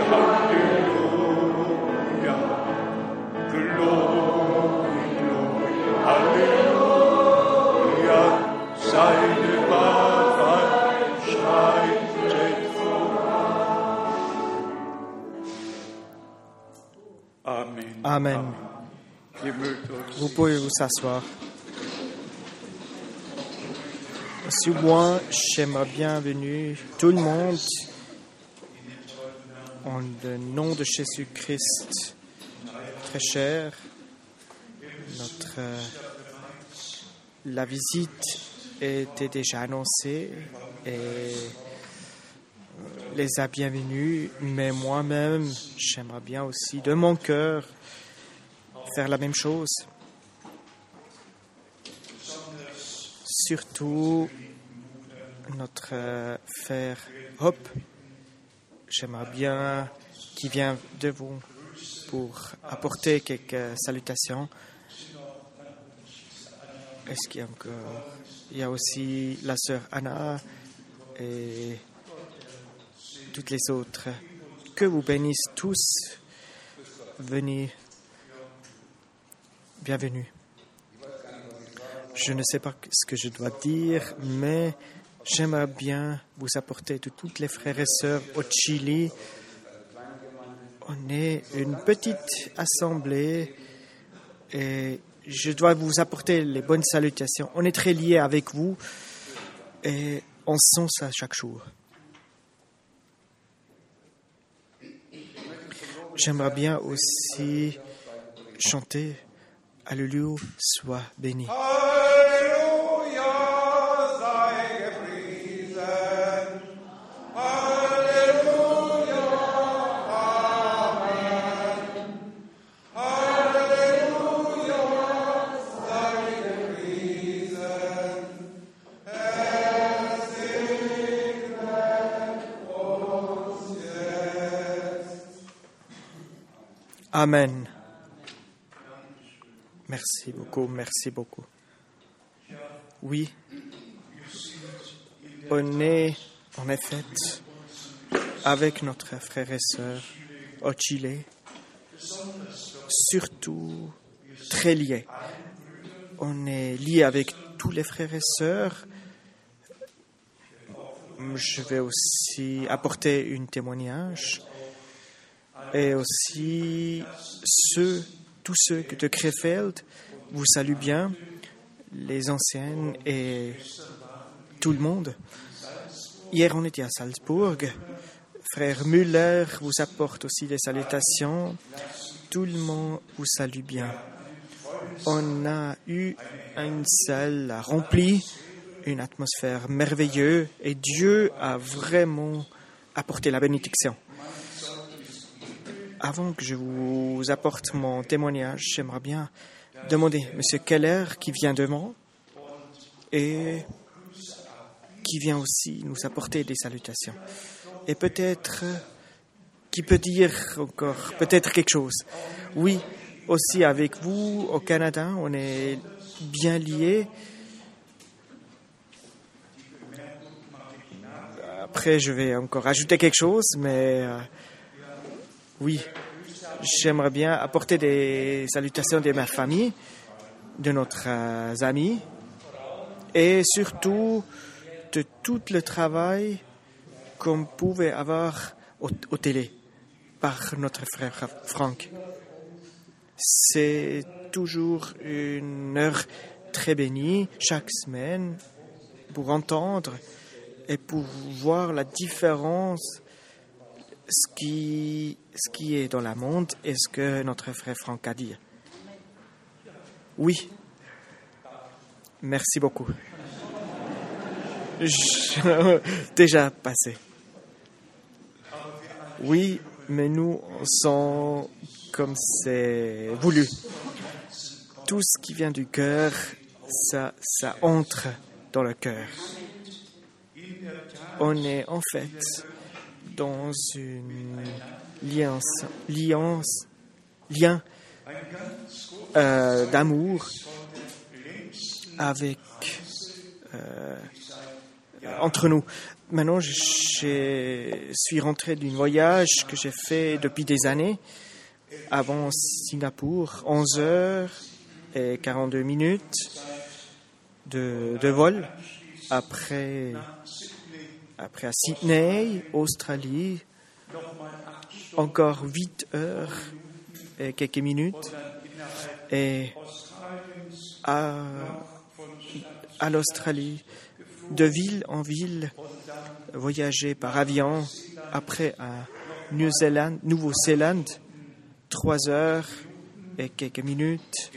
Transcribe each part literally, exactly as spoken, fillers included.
Amen. Vous pouvez vous asseoir. Sur moi, j'aimerais bienvenue tout le monde en le nom de Jésus-Christ, très cher. Notre, euh, la visite était déjà annoncée et les a bienvenus, mais moi-même, j'aimerais bien aussi de mon cœur faire la même chose. Surtout notre euh, frère Hop, j'aimerais bien qu'il vienne de vous pour apporter quelques salutations. Est-ce qu'il y a encore... Il y a aussi la sœur Anna et toutes les autres. Que vous bénisse tous. Venez. Bienvenue. Je ne sais pas ce que je dois dire, mais j'aimerais bien vous apporter de toutes les frères et sœurs au Chili. On est une petite assemblée et je dois vous apporter les bonnes salutations. On est très liés avec vous et on sent ça chaque jour. J'aimerais bien aussi chanter « Alléluia, sois béni ». Amen. Merci beaucoup, merci beaucoup. Oui, on est en effet avec notre frère et sœur au Chili, surtout très liés. On est liés avec tous les frères et sœurs. Je vais aussi apporter un témoignage. Et aussi, ceux, tous ceux de Krefeld vous saluent bien, les anciennes et tout le monde. Hier, on était à Salzbourg. Frère Müller vous apporte aussi des salutations. Tout le monde vous salue bien. On a eu une salle remplie, une atmosphère merveilleuse et Dieu a vraiment apporté la bénédiction. Avant que je vous apporte mon témoignage, j'aimerais bien demander M. Keller qui vient devant et qui vient aussi nous apporter des salutations. Et peut-être qui peut dire encore peut-être quelque chose. Oui, aussi avec vous au Canada, on est bien liés. Après, je vais encore ajouter quelque chose, mais... Euh, Oui, j'aimerais bien apporter des salutations de ma famille, de notre euh, amis et surtout de tout le travail qu'on pouvait avoir au, au télé par notre frère Franck. C'est toujours une heure très bénie chaque semaine pour entendre et pour voir la différence ce qui, ce qui est dans le monde et ce que notre frère Franck a dit. Oui. Merci beaucoup. Je, déjà passé. Oui, mais nous, on sent comme c'est voulu. Tout ce qui vient du cœur, ça, ça entre dans le cœur. On est en fait dans une liance, liance, lien euh, d'amour avec euh, entre nous. Maintenant, je suis rentré d'un voyage que j'ai fait depuis des années. Avant Singapour, onze heures et quarante-deux minutes de, de vol. Après, après à Sydney, Australie, encore huit heures et quelques minutes. Et à, à l'Australie, de ville en ville, voyager par avion. Après à Nouvelle-Zélande, Nouvelle-Zélande, trois heures et quelques minutes.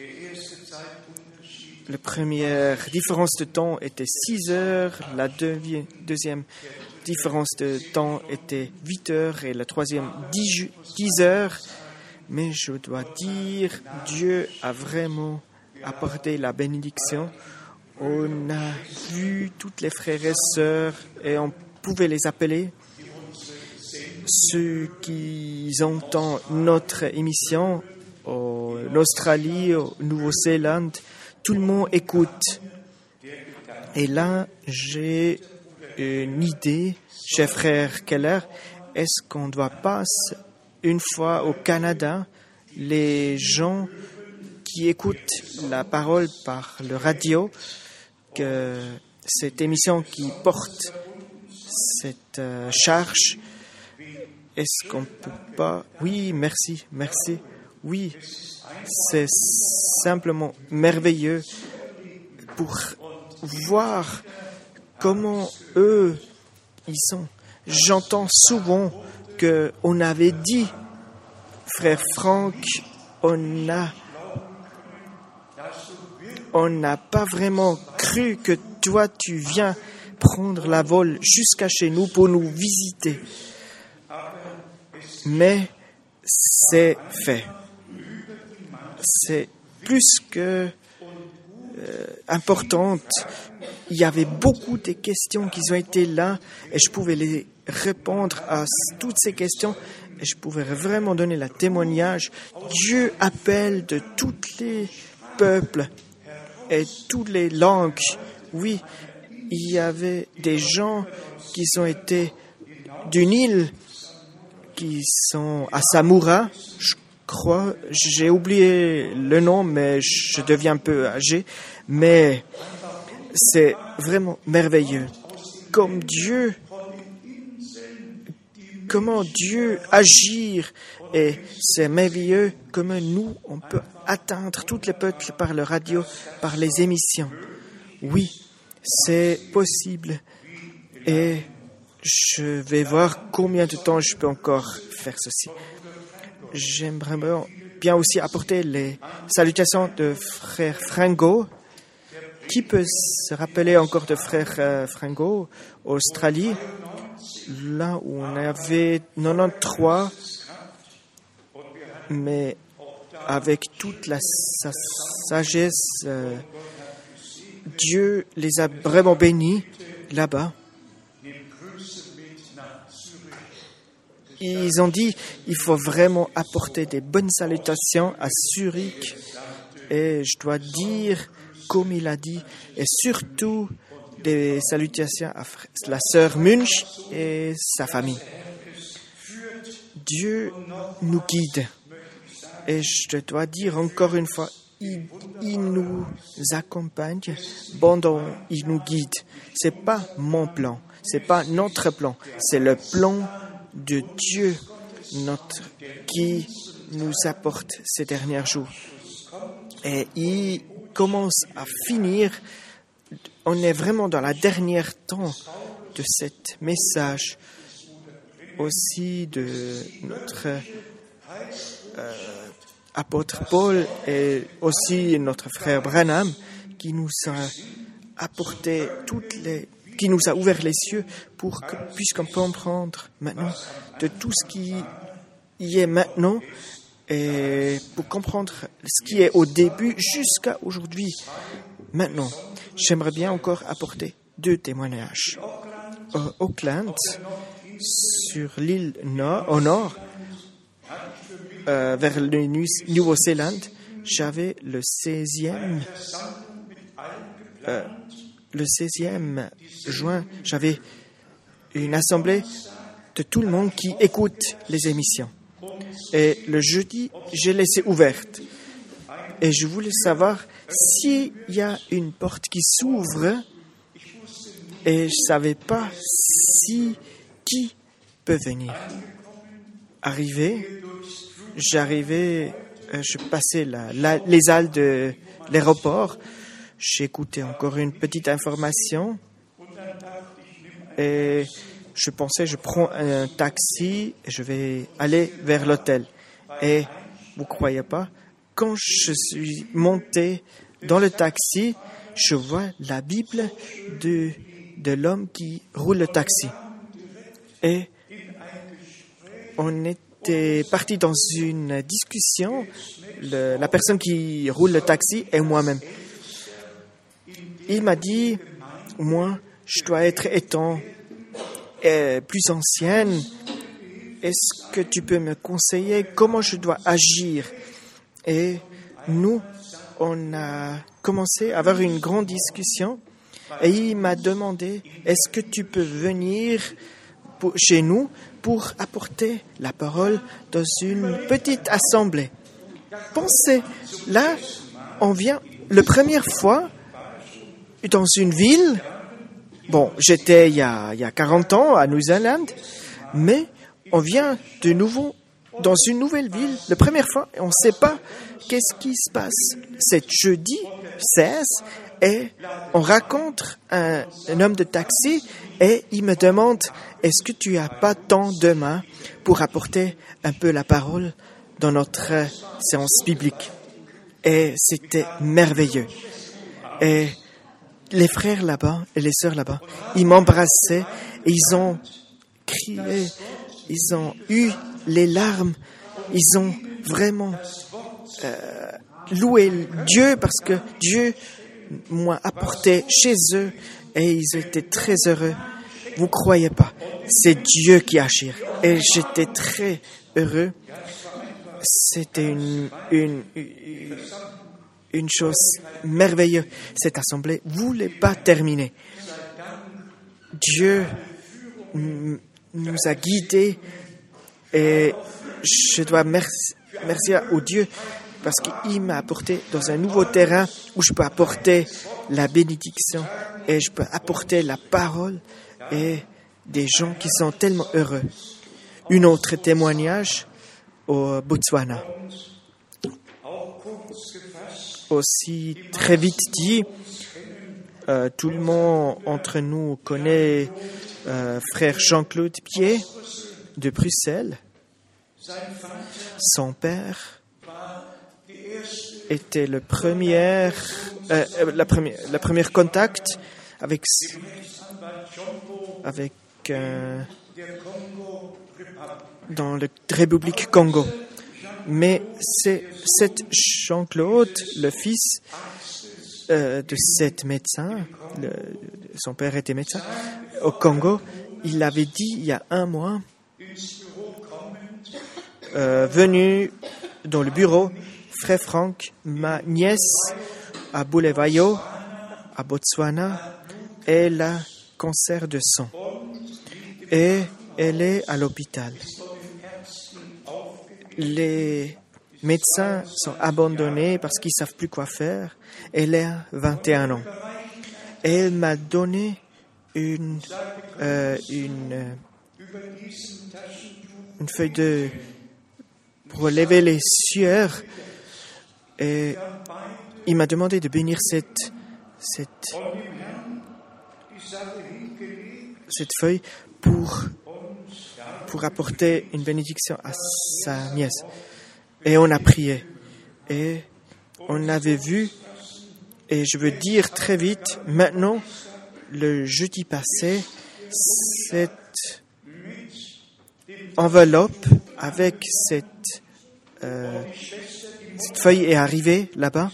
La première différence de temps était six heures, la deuxi- deuxième différence de temps était huit heures et la troisième dix, dix heures. Mais je dois dire, Dieu a vraiment apporté la bénédiction. On a vu toutes les frères et sœurs et on pouvait les appeler. Ceux qui entendent notre émission en Australie, en Nouvelle-Zélande, tout le monde écoute. Et là, j'ai une idée, cher frère Keller, est-ce qu'on doit passer une fois au Canada, les gens qui écoutent la parole par le radio, que cette émission qui porte cette euh, charge, est-ce qu'on peut pas... Oui, merci, merci. Oui, c'est simplement merveilleux pour voir comment eux, ils sont. J'entends souvent qu'on avait dit, frère Franck, on a, on n'a pas vraiment cru que toi, tu viens prendre la vol jusqu'à chez nous pour nous visiter. Mais c'est fait. C'est plus que euh, importante. Il y avait beaucoup de questions qui ont été là et je pouvais les répondre à toutes ces questions et je pouvais vraiment donner le témoignage. Dieu appelle de tous les peuples et toutes les langues. Oui, il y avait des gens qui ont été d'une île qui sont à Samura, je crois, j'ai oublié le nom, mais je deviens un peu âgé, mais c'est vraiment merveilleux. Comme Dieu, comment Dieu agit, et c'est merveilleux comment nous, on peut atteindre tous les peuples par la radio, par les émissions. Oui, c'est possible, et je vais voir combien de temps je peux encore faire ceci. J'aimerais bien aussi apporter les salutations de frère Frango. Qui peut se rappeler encore de frère euh, Frango, Australie, là où on avait quatre-vingt-treize, mais avec toute la sa sagesse, euh, Dieu les a vraiment bénis là-bas. Ils ont dit, il faut vraiment apporter des bonnes salutations à Zurich. Et je dois dire, comme il a dit, et surtout des salutations à la sœur Munch et sa famille. Dieu nous guide. Et je dois dire encore une fois, il, il nous accompagne pendant il nous guide. C'est pas mon plan, c'est pas notre plan, c'est le plan de Dieu notre, qui nous apporte ces derniers jours. Et il commence à finir. On est vraiment dans la dernière temps de ce message aussi de notre euh, apôtre Paul et aussi notre frère Branham qui nous a apporté toutes les qui nous a ouvert les cieux pour que puisqu'on peut comprendre maintenant de tout ce qui y est maintenant et pour comprendre ce qui est au début jusqu'à aujourd'hui. Maintenant, j'aimerais bien encore apporter deux témoignages. À Auckland, sur l'île nord, au nord, euh, vers le Nouvelle-Zélande, j'avais le seizième euh, le seizième juin, j'avais une assemblée de tout le monde qui écoute les émissions. Et le jeudi, j'ai laissé ouverte. Et je voulais savoir s'il y a une porte qui s'ouvre. Et je ne savais pas si qui peut venir. Arrivé, j'arrivais, euh, je passais la, la, les halles de l'aéroport. J'écoutais encore une petite information. Et je pensais, je prends un taxi et je vais aller vers l'hôtel. Et vous croyez pas, quand je suis monté dans le taxi, je vois la Bible de, de l'homme qui roule le taxi. Et on était parti dans une discussion, le, la personne qui roule le taxi et moi-même. Il m'a dit, moi, je dois être étant euh, plus ancienne. Est-ce que tu peux me conseiller comment je dois agir? Et nous, on a commencé à avoir une grande discussion et il m'a demandé, est-ce que tu peux venir pour, chez nous pour apporter la parole dans une petite assemblée? Pensez, là, on vient la première fois dans une ville. Bon, j'étais il y a, il y a quarante ans à New-Zélande, mais on vient de nouveau dans une nouvelle ville, la première fois, et on ne sait pas qu'est-ce qui se passe. C'est jeudi seize, et on rencontre un, un homme de taxi, et il me demande, est-ce que tu n'as pas temps demain pour apporter un peu la parole dans notre séance biblique? Et c'était merveilleux. Et les frères là-bas et les sœurs là-bas, ils m'embrassaient et ils ont crié, ils ont eu les larmes, ils ont vraiment euh, loué Dieu parce que Dieu m'a apporté chez eux et ils étaient très heureux. Vous croyez pas, c'est Dieu qui agit. Et j'étais très heureux. C'était une, une, une Une chose merveilleuse, cette assemblée ne voulait pas terminer. Dieu nous a guidés et je dois merci, merci au Dieu parce qu'il m'a apporté dans un nouveau terrain où je peux apporter la bénédiction et je peux apporter la parole et des gens qui sont tellement heureux. Un autre témoignage au Botswana. Aussi très vite dit, euh, tout le monde entre nous connaît euh, frère Jean-Claude Pied de Bruxelles. Son père était le premier, euh, la première, la première contact avec avec euh, dans la République Congo. Mais c'est cet Jean-Claude, le fils euh, de cet médecin, le, son père était médecin, au Congo, il avait dit il y a un mois, euh, venu dans le bureau, frère Franck, ma nièce à Bulawayo, à Botswana, elle a cancer de sang et elle est à l'hôpital. Les médecins sont abandonnés parce qu'ils ne savent plus quoi faire. Elle a vingt et un ans. Et elle m'a donné une, euh, une, une feuille de pour lever les sueurs. Et il m'a demandé de bénir cette, cette, cette feuille pour pour apporter une bénédiction à sa nièce. Et on a prié. Et on avait vu, et je veux dire très vite, maintenant, le jeudi passé, cette enveloppe avec cette, euh, cette feuille est arrivée là-bas.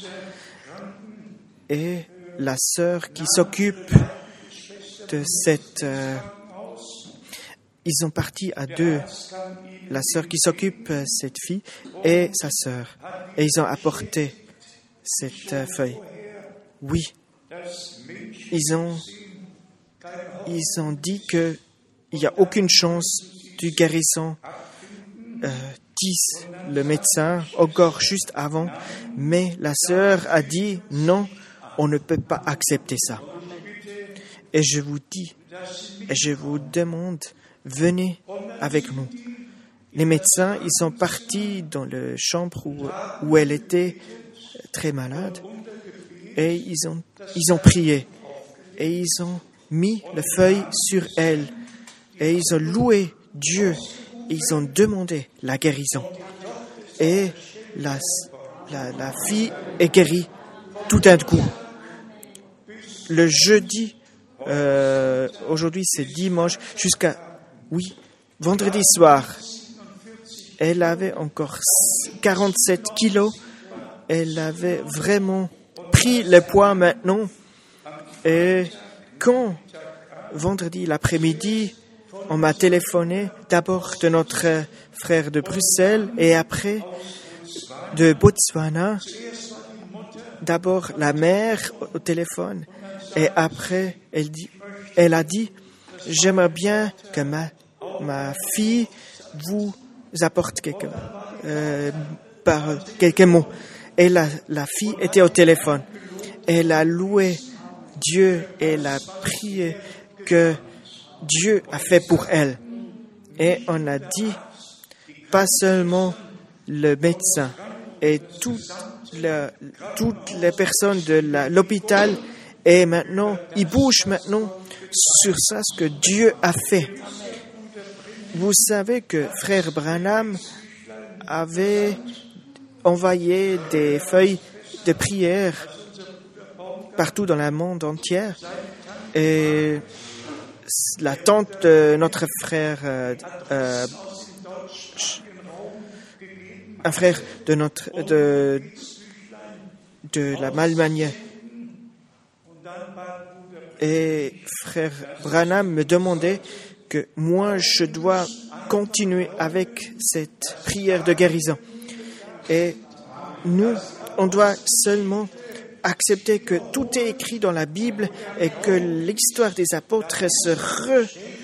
Et la sœur qui s'occupe de cette... Euh, ils sont partis à deux. La sœur qui s'occupe de cette fille et sa sœur. Et ils ont apporté cette euh, feuille. Oui. ils ont, ils ont dit qu'il n'y a aucune chance de guérison, euh, disent le médecin, encore juste avant, mais la sœur a dit non, on ne peut pas accepter ça. Et je vous dis, et je vous demande, venez avec nous. Les médecins, ils sont partis dans la chambre où, où elle était très malade et ils ont, ils ont prié et ils ont mis la feuille sur elle et ils ont loué Dieu. Ils ont demandé la guérison et la, la, la fille est guérie tout d'un coup. Le jeudi, euh, aujourd'hui c'est dimanche, jusqu'à, oui, vendredi soir, elle avait encore quarante-sept kilos. Elle avait vraiment pris le poids maintenant. Et quand, vendredi l'après-midi, on m'a téléphoné d'abord de notre frère de Bruxelles et après de Botswana. D'abord la mère au téléphone et après elle, dit, elle a dit « J'aimerais bien que ma, ma fille vous apporte quelques, euh, par quelques mots. » Et la, la fille était au téléphone. Elle a loué Dieu et elle a prié que Dieu a fait pour elle. Et on a dit, pas seulement le médecin et toute la, toutes les personnes de la, l'hôpital, et maintenant, ils bougent maintenant sur ça, ce que Dieu a fait. Vous savez que frère Branham avait envoyé des feuilles de prière partout dans le monde entier. Et la tante de notre frère, euh, euh, un frère de notre de de la Allemagne, et frère Branham me demandait que moi je dois continuer avec cette prière de guérison. Et nous, on doit seulement accepter que tout est écrit dans la Bible et que l'histoire des apôtres se, re,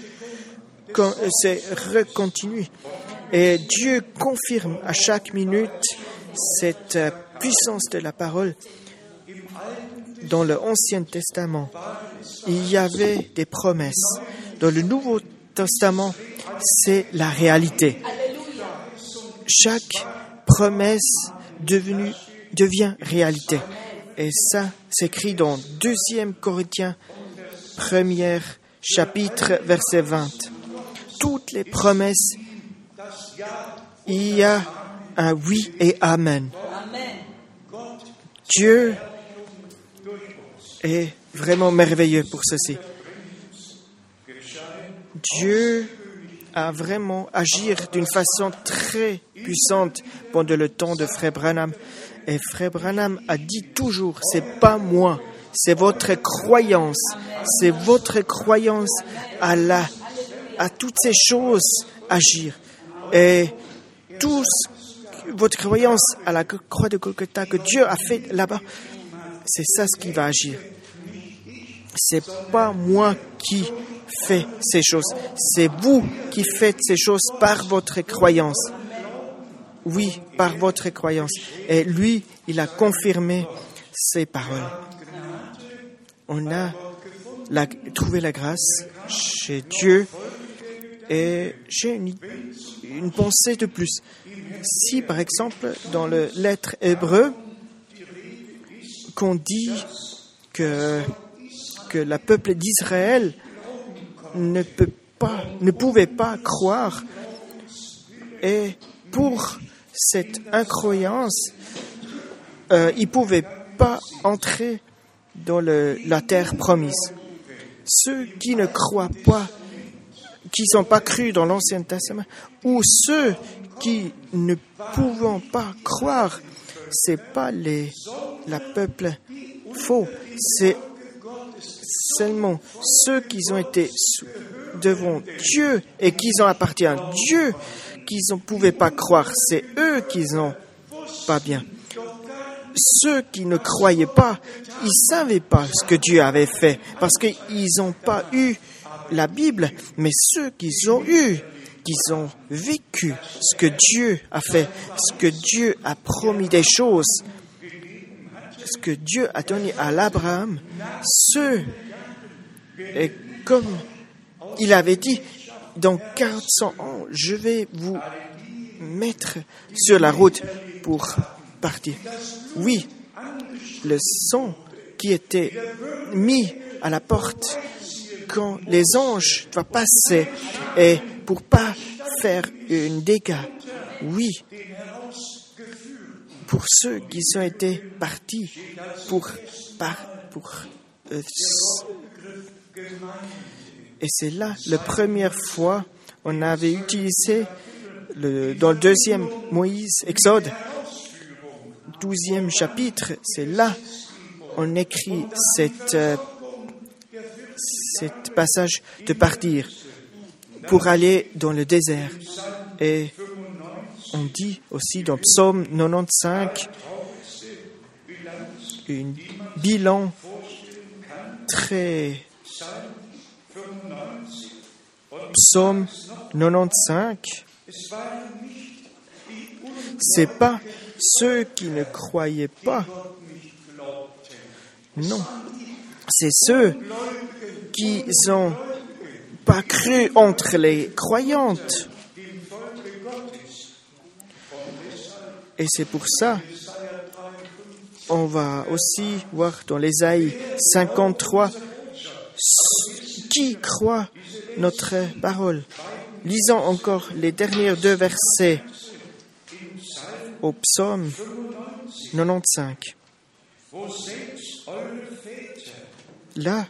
se recontinue. Et Dieu confirme à chaque minute cette puissance de la parole. Dans l'Ancien Testament, il y avait des promesses. Dans le Nouveau Testament, c'est la réalité. Chaque promesse devenue, devient réalité. Et ça s'écrit dans deuxième Corinthiens, premier chapitre, verset vingt. Toutes les promesses, il y a un oui et amen. Dieu est vraiment merveilleux pour ceci. Dieu a vraiment agi d'une façon très puissante pendant le temps de Frère Branham. Et Frère Branham a dit toujours, c'est pas moi, c'est votre croyance, c'est votre croyance à la, à toutes ces choses agir. Et tous, votre croyance à la croix de Golgotha que Dieu a fait là-bas, c'est ça ce qui va agir. C'est pas moi qui fais ces choses, c'est vous qui faites ces choses par votre croyance. Oui, par votre croyance. Et lui, il a confirmé ces paroles. On a la, trouvé la grâce chez Dieu et j'ai une, une pensée de plus. Si, par exemple, dans le lettre hébreu, qu'on dit que, que le peuple d'Israël ne peut pas, ne pouvait pas croire, et pour cette incroyance, euh, ils ne pouvaient pas entrer dans le, la terre promise. Ceux qui ne croient pas, qui n'ont pas cru dans l'Ancien Testament, ou ceux qui ne pouvant pas croire, c'est pas les, la peuple faux, c'est seulement ceux qui ont été devant Dieu et qui ont appartenu à Dieu, qui ne pouvaient pas croire. C'est eux qui n'ont pas bien. ceux qui ne croyaient pas, ils ne savaient pas ce que Dieu avait fait, parce qu'ils n'ont pas eu la Bible, mais ceux qui ont eu, qui ont vécu ce que Dieu a fait, ce que Dieu a promis des choses, ce que Dieu a donné à l'Abraham, ceux, et comme il avait dit, dans quatre cents ans, je vais vous mettre sur la route pour partir. Oui, le sang qui était mis à la porte quand les anges doivent passer et pour pas faire un dégât. Oui, pour ceux qui ont été partis pour par pour euh, et c'est là la première fois on avait utilisé le, dans le deuxième Moïse Exode douzième chapitre, c'est là on écrit cette euh, cet passage de partir pour aller dans le désert. Et on dit aussi dans Psaume quatre-vingt-quinze un bilan très... Psaume quatre-vingt-quinze, c'est pas ceux qui ne croyaient pas. Non, c'est ceux qui n'ont pas cru entre les croyantes. Et c'est pour ça, on va aussi voir dans l'Ésaïe cinquante-trois, qui croit notre parole. Lisons encore les derniers deux versets au psaume quatre-vingt-quinze. Là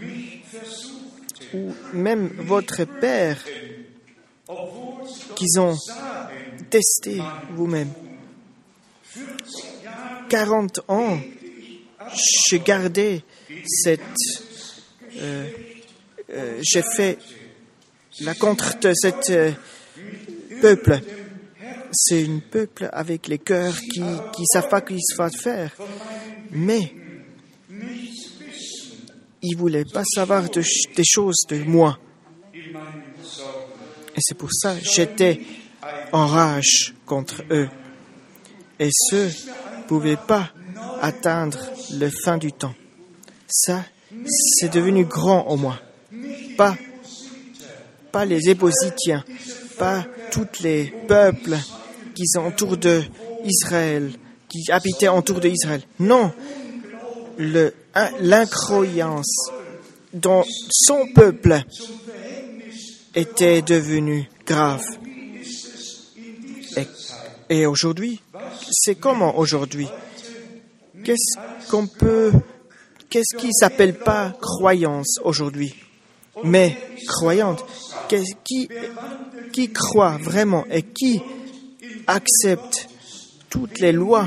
où même votre Père, qu'ils ont testé vous-même, quarante ans, j'ai gardé cette... Euh, euh, j'ai fait la contre de cet euh, peuple. C'est un peuple avec les cœurs qui ne savent pas ce qu'il faut faire. Mais ils ne voulaient pas savoir de, des choses de moi. Et c'est pour ça que j'étais en rage contre eux. Et ceux ne pouvaient pas atteindre la fin du temps. Ça, c'est devenu grand en moi. Pas, pas les Ébositiens, pas tous les peuples qui sont autour d'Israël, qui habitaient autour d'Israël. Non, le, l'incroyance dans son peuple était devenue grave. Et, et aujourd'hui, c'est comment aujourd'hui? Qu'est-ce qu'on peut, qu'est-ce qui s'appelle pas croyance aujourd'hui? Mais croyante, qui, qui croit vraiment et qui accepte toutes les lois,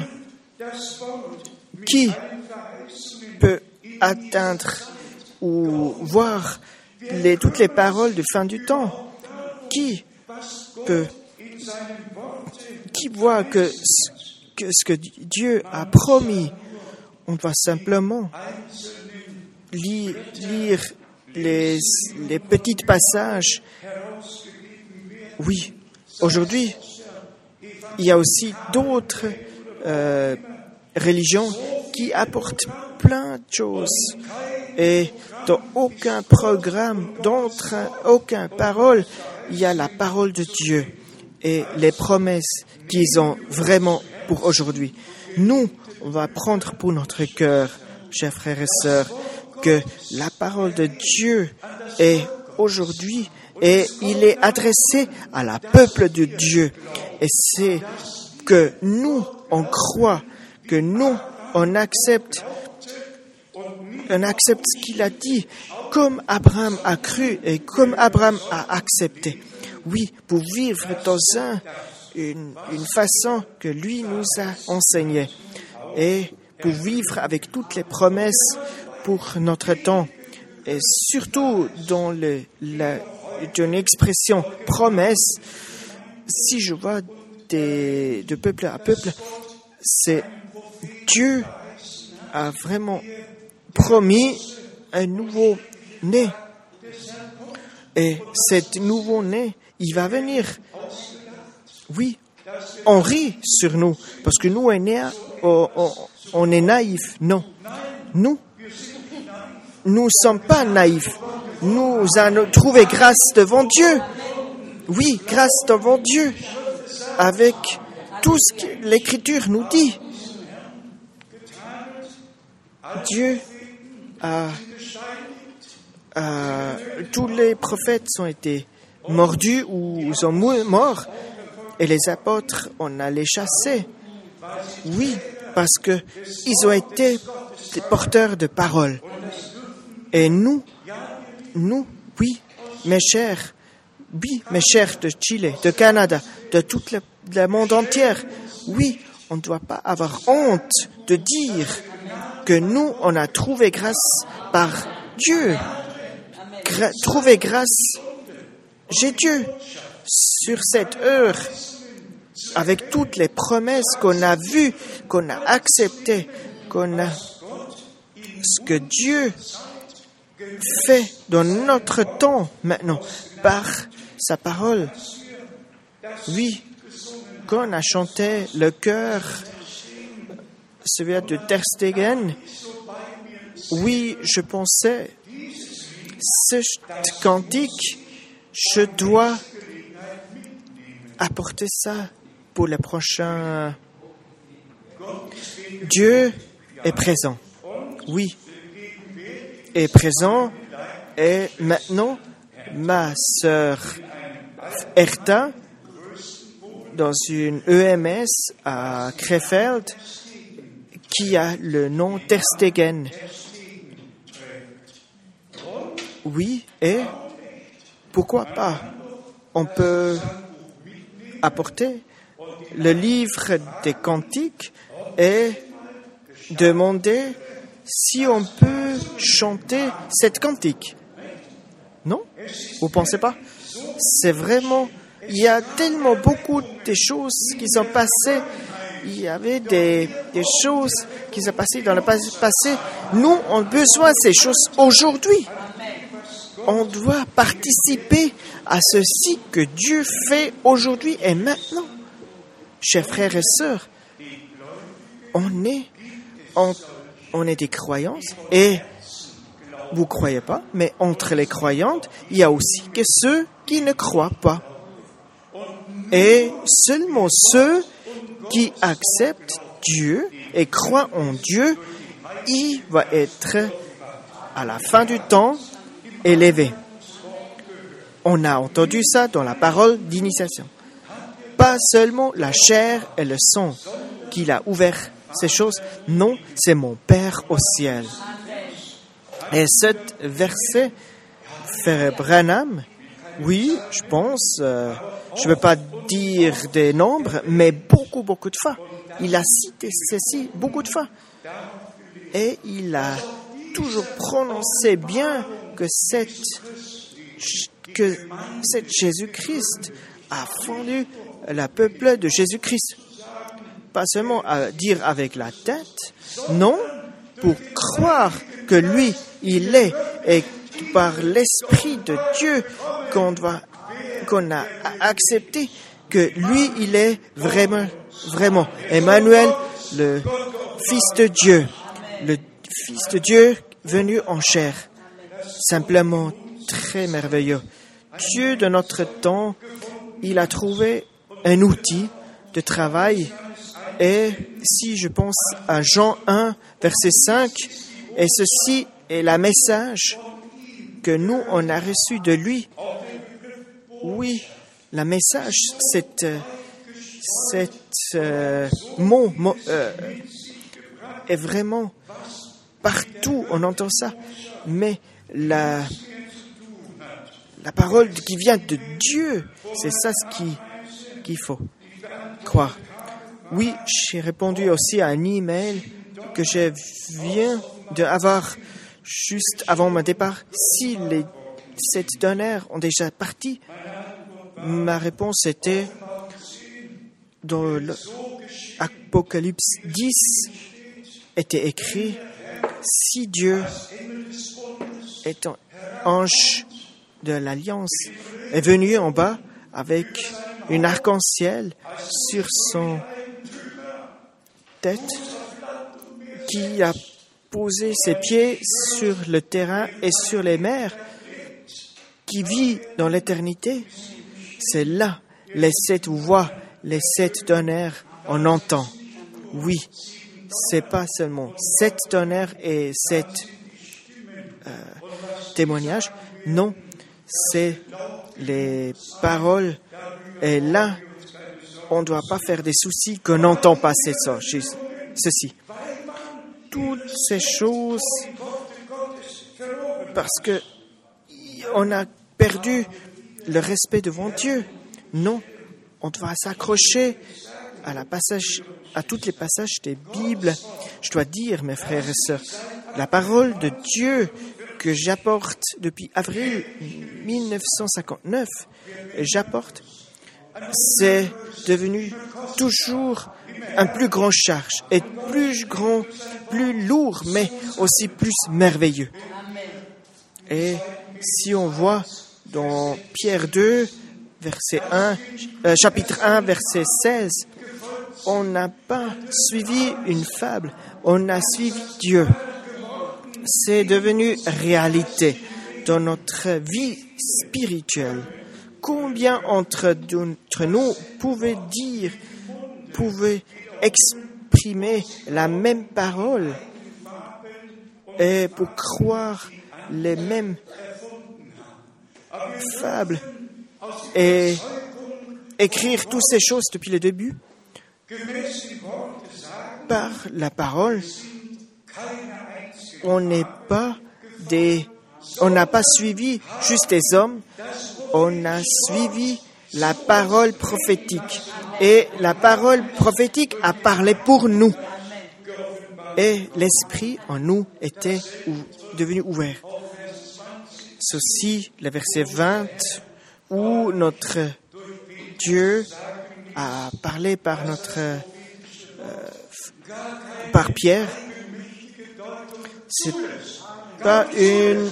qui peut atteindre ou voir les, toutes les paroles de fin du temps, qui peut, qui voit que, que ce que Dieu a promis, on doit simplement lire, lire les, les petits passages. Oui, aujourd'hui, il y a aussi d'autres euh, religions qui apportent plein de choses. Et dans aucun programme, dans aucune parole, il y a la parole de Dieu et les promesses qu'ils ont vraiment pour aujourd'hui. Nous, on va prendre pour notre cœur, chers frères et sœurs, que la parole de Dieu est aujourd'hui et il est adressé à la peuple de Dieu. Et c'est que nous, on croit, que nous, on accepte, on accepte ce qu'il a dit, comme Abraham a cru et comme Abraham a accepté. Oui, pour vivre dans un, une, une façon que lui nous a enseignée et pour vivre avec toutes les promesses pour notre temps. Et surtout dans le, la, une expression promesse, si je vois des, de peuple à peuple, c'est Dieu a vraiment promis un nouveau-né. Et cet nouveau-né, il va venir. Oui, on rit sur nous, parce que nous, on est, on, on, on est naïfs. Non, nous, nous ne sommes pas naïfs. Nous allons trouver grâce devant Dieu. Oui, grâce devant Dieu, avec tout ce que l'Écriture nous dit. Dieu a, a tous les prophètes ont été mordus ou sont morts, et les apôtres, on a les chassés. Oui, parce que ils ont été des porteurs de parole. Et nous, nous, oui, mes chers, oui, mes chers de Chili, de Canada, de tout le, le monde entier, oui, on ne doit pas avoir honte de dire que nous, on a trouvé grâce par Dieu. Gra- trouvé grâce, j'ai Dieu sur cette heure, avec toutes les promesses qu'on a vues, qu'on a acceptées, qu'on a ce que Dieu fait dans notre temps maintenant par sa parole. Oui, quand on a chanté le chœur, celui de Ter Stegen, oui, je pensais, ce cantique, je dois apporter ça pour le prochain. Dieu est présent, oui, est présent, et maintenant, ma sœur Erta, dans une E M S à Krefeld, qui a le nom Ter Stegen. Oui, et pourquoi pas? On peut apporter le livre des cantiques et demander si on peut chanter cette cantique. Non? Vous pensez pas? C'est vraiment, il y a tellement beaucoup de choses qui sont passées. Il y avait des, des choses qui sont passées dans le passé. Nous, on a besoin de ces choses aujourd'hui. On doit participer à ceci que Dieu fait aujourd'hui et maintenant. Chers frères et sœurs, on est, on, on est des croyants et vous ne croyez pas, mais entre les croyantes, il y a aussi que ceux qui ne croient pas. Et seulement ceux qui acceptent Dieu et croient en Dieu, il va être à la fin du temps élevé. On a entendu ça dans la parole d'initiation. Pas seulement la chair et le sang qu'il a ouvert ces choses. Non, c'est mon Père au ciel. Et ce verset, Frère Branham, oui, je pense, euh, je ne veux pas dire des nombres, mais beaucoup, beaucoup de fois. Il a cité ceci beaucoup de fois. Et il a toujours prononcé bien que cette, que cette Jésus-Christ a fondé le peuple de Jésus-Christ. Pas seulement à dire avec la tête, non, pour croire que lui, il est, et par l'Esprit de Dieu qu'on doit, qu'on a accepté que lui, il est vraiment, vraiment Emmanuel, le Fils de Dieu, le Fils de Dieu venu en chair. Simplement très merveilleux. Dieu de notre temps, il a trouvé un outil de travail. Et si je pense à Jean un, verset cinq, et ceci est le message que nous, on a reçu de lui. Oui, le message, c'est cet euh, mot, mot euh, est vraiment partout, on entend ça. Mais la, la parole qui vient de Dieu, c'est ça ce qui, qu'il faut croire. Oui, j'ai répondu aussi à un email que je viens d'avoir juste avant mon départ. Si les sept donneurs ont déjà parti, ma réponse était dans l'Apocalypse dix, était écrit, si Dieu, étant ange de l'Alliance, est venu en bas avec une arc-en-ciel sur son tête, qui a posé ses pieds sur le terrain et sur les mers, qui vit dans l'éternité, c'est là les sept voix, les sept tonnerres, on entend. Oui, c'est pas seulement sept tonnerres et sept euh, témoignages, non, c'est les paroles. Et là, on ne doit pas faire des soucis qu'on n'entend pas ceci. Toutes ces choses, parce que on a perdu le respect devant Dieu. Non, on doit s'accrocher à la passage, à tous les passages des Bibles. Je dois dire, mes frères et sœurs, la parole de Dieu que j'apporte depuis avril mille neuf cent cinquante-neuf, j'apporte, c'est devenu toujours un plus grand charge et plus grand, plus lourd, mais aussi plus merveilleux. Et si on voit dans Pierre deux, verset un, euh, chapitre un, verset seize, on n'a pas suivi une fable, on a suivi Dieu. C'est devenu réalité dans notre vie spirituelle. Combien entre, d'entre nous pouvaient dire, pouvaient exprimer la même parole et pour croire les mêmes fables et écrire toutes ces choses depuis le début par la parole. On n'est pas des, on n'a pas suivi juste des hommes, on a suivi la parole prophétique. Et la parole prophétique a parlé pour nous. Et l'esprit en nous était devenu ouvert. Ceci, le verset vingt, où notre Dieu a parlé par notre, euh, par Pierre. C'est pas une,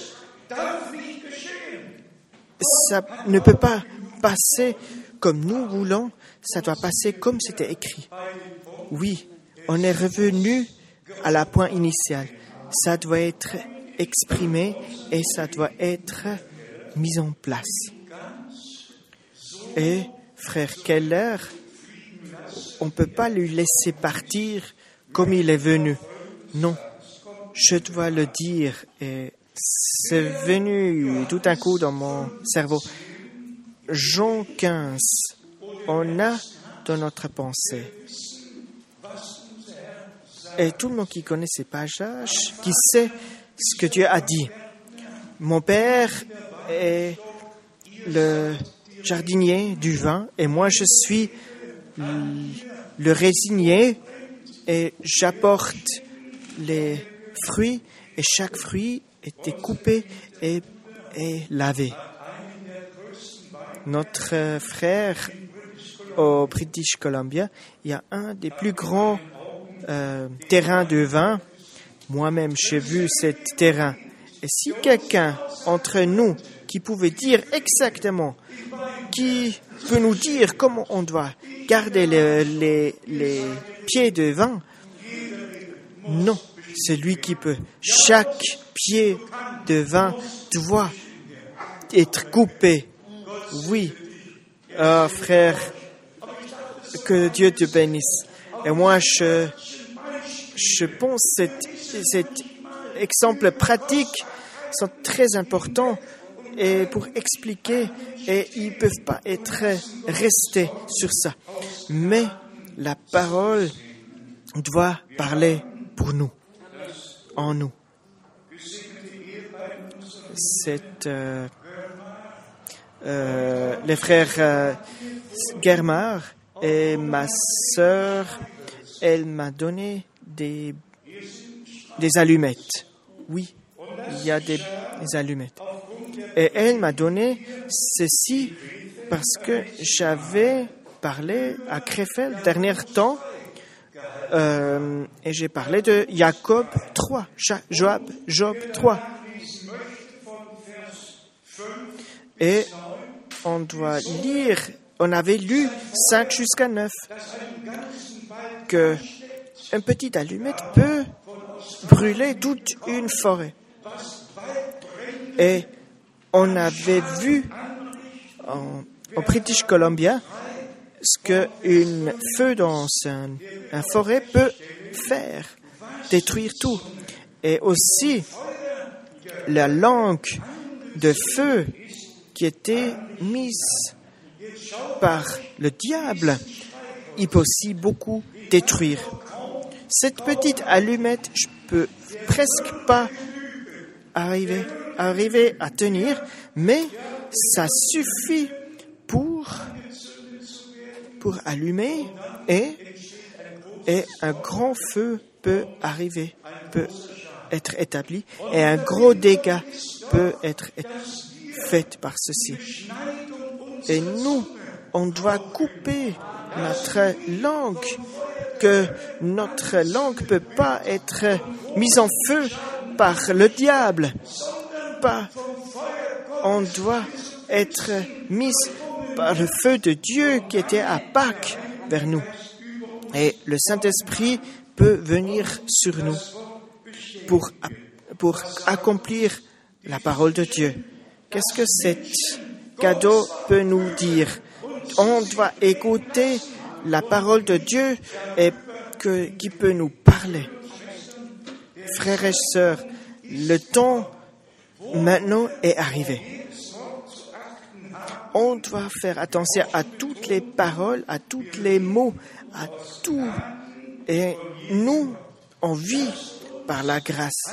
ça ne peut pas passer comme nous voulons, ça doit passer comme c'était écrit. Oui, on est revenu à la point initiale. Ça doit être exprimé et ça doit être mis en place. Et frère Keller, on ne peut pas lui laisser partir comme il est venu. Non, je dois le dire et c'est venu tout d'un coup dans mon cerveau. Jean quinze, on a dans notre pensée. Et tout le monde qui connaît ces passages, qui sait ce que Dieu a dit. Mon père est le jardinier du vin et moi je suis le résinier et j'apporte les fruits et chaque fruit était coupé et, et lavé. Notre frère au British Columbia, il y a un des plus grands euh, terrains de vin. Moi-même, j'ai vu ce terrain. Et si quelqu'un entre nous qui pouvait dire exactement, qui peut nous dire comment on doit garder les, les, les pieds de vin, non, c'est lui qui peut. Chaque pied de vin doit être coupé. Oui, oh, frère, que Dieu te bénisse. Et moi, je, je pense que cet, cet exemple pratique sont très importants et pour expliquer, et ils ne peuvent pas être restés sur ça. Mais la parole doit parler pour nous, en nous. C'est euh, euh, les frères euh, Germar et ma sœur, elle m'a donné des, des allumettes. Oui, il y a des, des allumettes. Et elle m'a donné ceci parce que j'avais parlé à Krefeld dernier temps Euh, et j'ai parlé de Jacob trois, Job, Job trois. Et on doit lire, on avait lu cinq jusqu'à neuf, que une petite allumette peut brûler toute une forêt. Et on avait vu en, en British Columbia ce qu'un feu dans une un forêt peut faire, détruire tout. Et aussi, la langue de feu qui était mise par le diable, il peut aussi beaucoup détruire. Cette petite allumette, je peux presque pas arriver, arriver à tenir, mais ça suffit pour, pour allumer et, et un grand feu peut arriver, peut être établi et un gros dégât peut être fait par ceci. Et nous, on doit couper notre langue, que notre langue ne peut pas être mise en feu par le diable. Pas. On doit être mis par le feu de Dieu qui était à Pâques vers nous. Et le Saint-Esprit peut venir sur nous pour, pour accomplir la parole de Dieu. Qu'est-ce que cet cadeau peut nous dire? On doit écouter la parole de Dieu et que, qui peut nous parler. Frères et sœurs, le temps maintenant est arrivé. On doit faire attention à toutes les paroles, à tous les mots, à tout. Et nous, on vit par la grâce.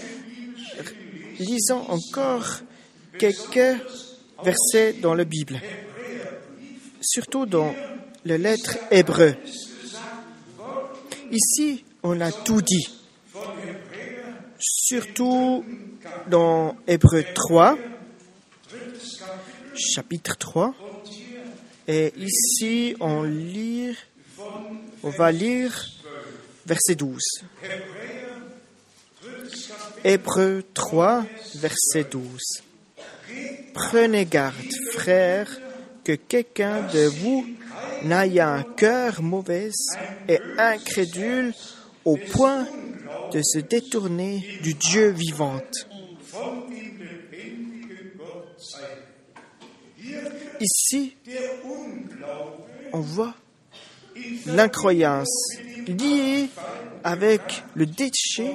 Lisons encore quelques versets dans la Bible, surtout dans la lettre Hébreu. Ici, on a tout dit, surtout dans Hébreu trois, chapitre trois. Et ici, on lit, on va lire verset douze. Hébreu trois, verset douze. Prenez garde, frères, que quelqu'un de vous n'aie un cœur mauvais et incrédule au point de se détourner du Dieu vivant. Ici, on voit l'incroyance liée avec le déchet,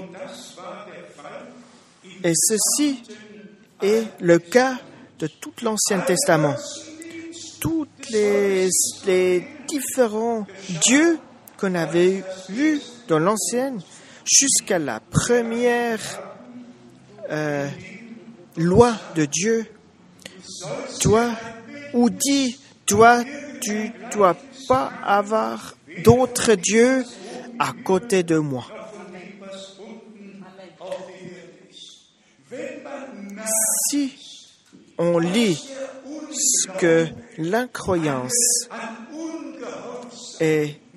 et ceci est le cas de tout l'Ancien Testament. Tous les, les différents dieux qu'on avait vus dans l'Ancienne, jusqu'à la première euh, loi de Dieu, toi, ou dit, toi, tu ne dois pas avoir d'autres dieux à côté de moi. Si on lit ce que l'incroyance est,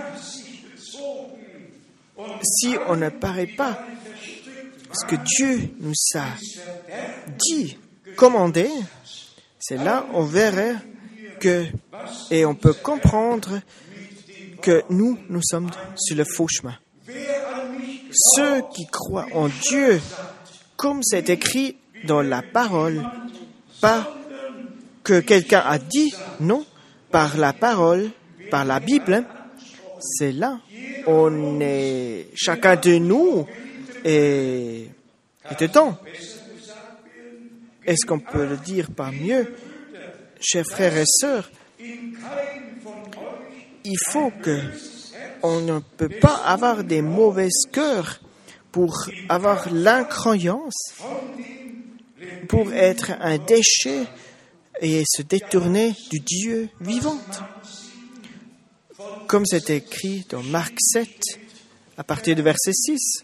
si on ne paraît pas ce que Dieu nous a dit, commandé, c'est là on verrait que, et on peut comprendre que nous, nous sommes sur le faux chemin. Ceux qui croient en Dieu, comme c'est écrit dans la parole, pas que quelqu'un a dit, non, par la parole, par la Bible, c'est là, on est, chacun de nous est, est dedans. Est-ce qu'on peut le dire par mieux, chers frères et sœurs? Il faut que on ne peut pas avoir des mauvais cœurs pour avoir l'incroyance, pour être un déchet et se détourner du Dieu vivant. Comme c'est écrit dans Marc sept, à partir du verset six.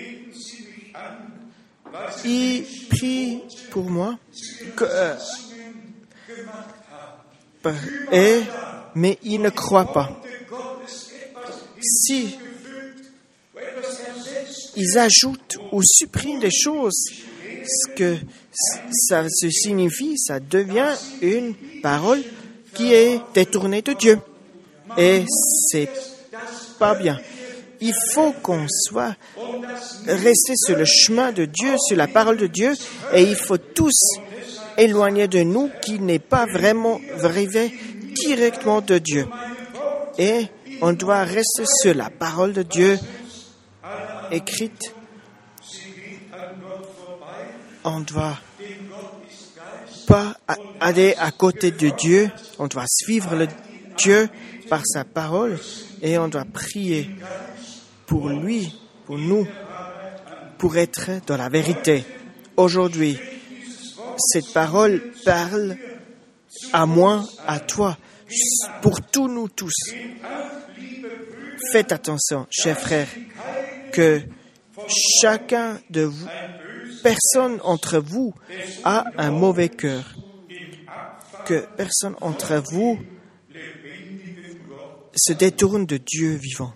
Il prie pour moi, que, euh, et, mais il ne croit pas. si ils ajoutent ou suppriment des choses, ce que ça se signifie, ça devient une parole qui est détournée de Dieu. Et c'est pas bien. Il faut qu'on soit resté sur le chemin de Dieu, sur la parole de Dieu, et il faut tous éloigner de nous qui n'est pas vraiment arrivé directement de Dieu. Et on doit rester sur la parole de Dieu écrite. On ne doit pas aller à côté de Dieu. On doit suivre le Dieu par sa parole et on doit prier pour lui, pour nous, pour être dans la vérité. Aujourd'hui, cette parole parle à moi, à toi, pour tous nous tous. Faites attention, chers frères, que chacun de vous, personne entre vous a un mauvais cœur. Que personne entre vous se détourne de Dieu vivant.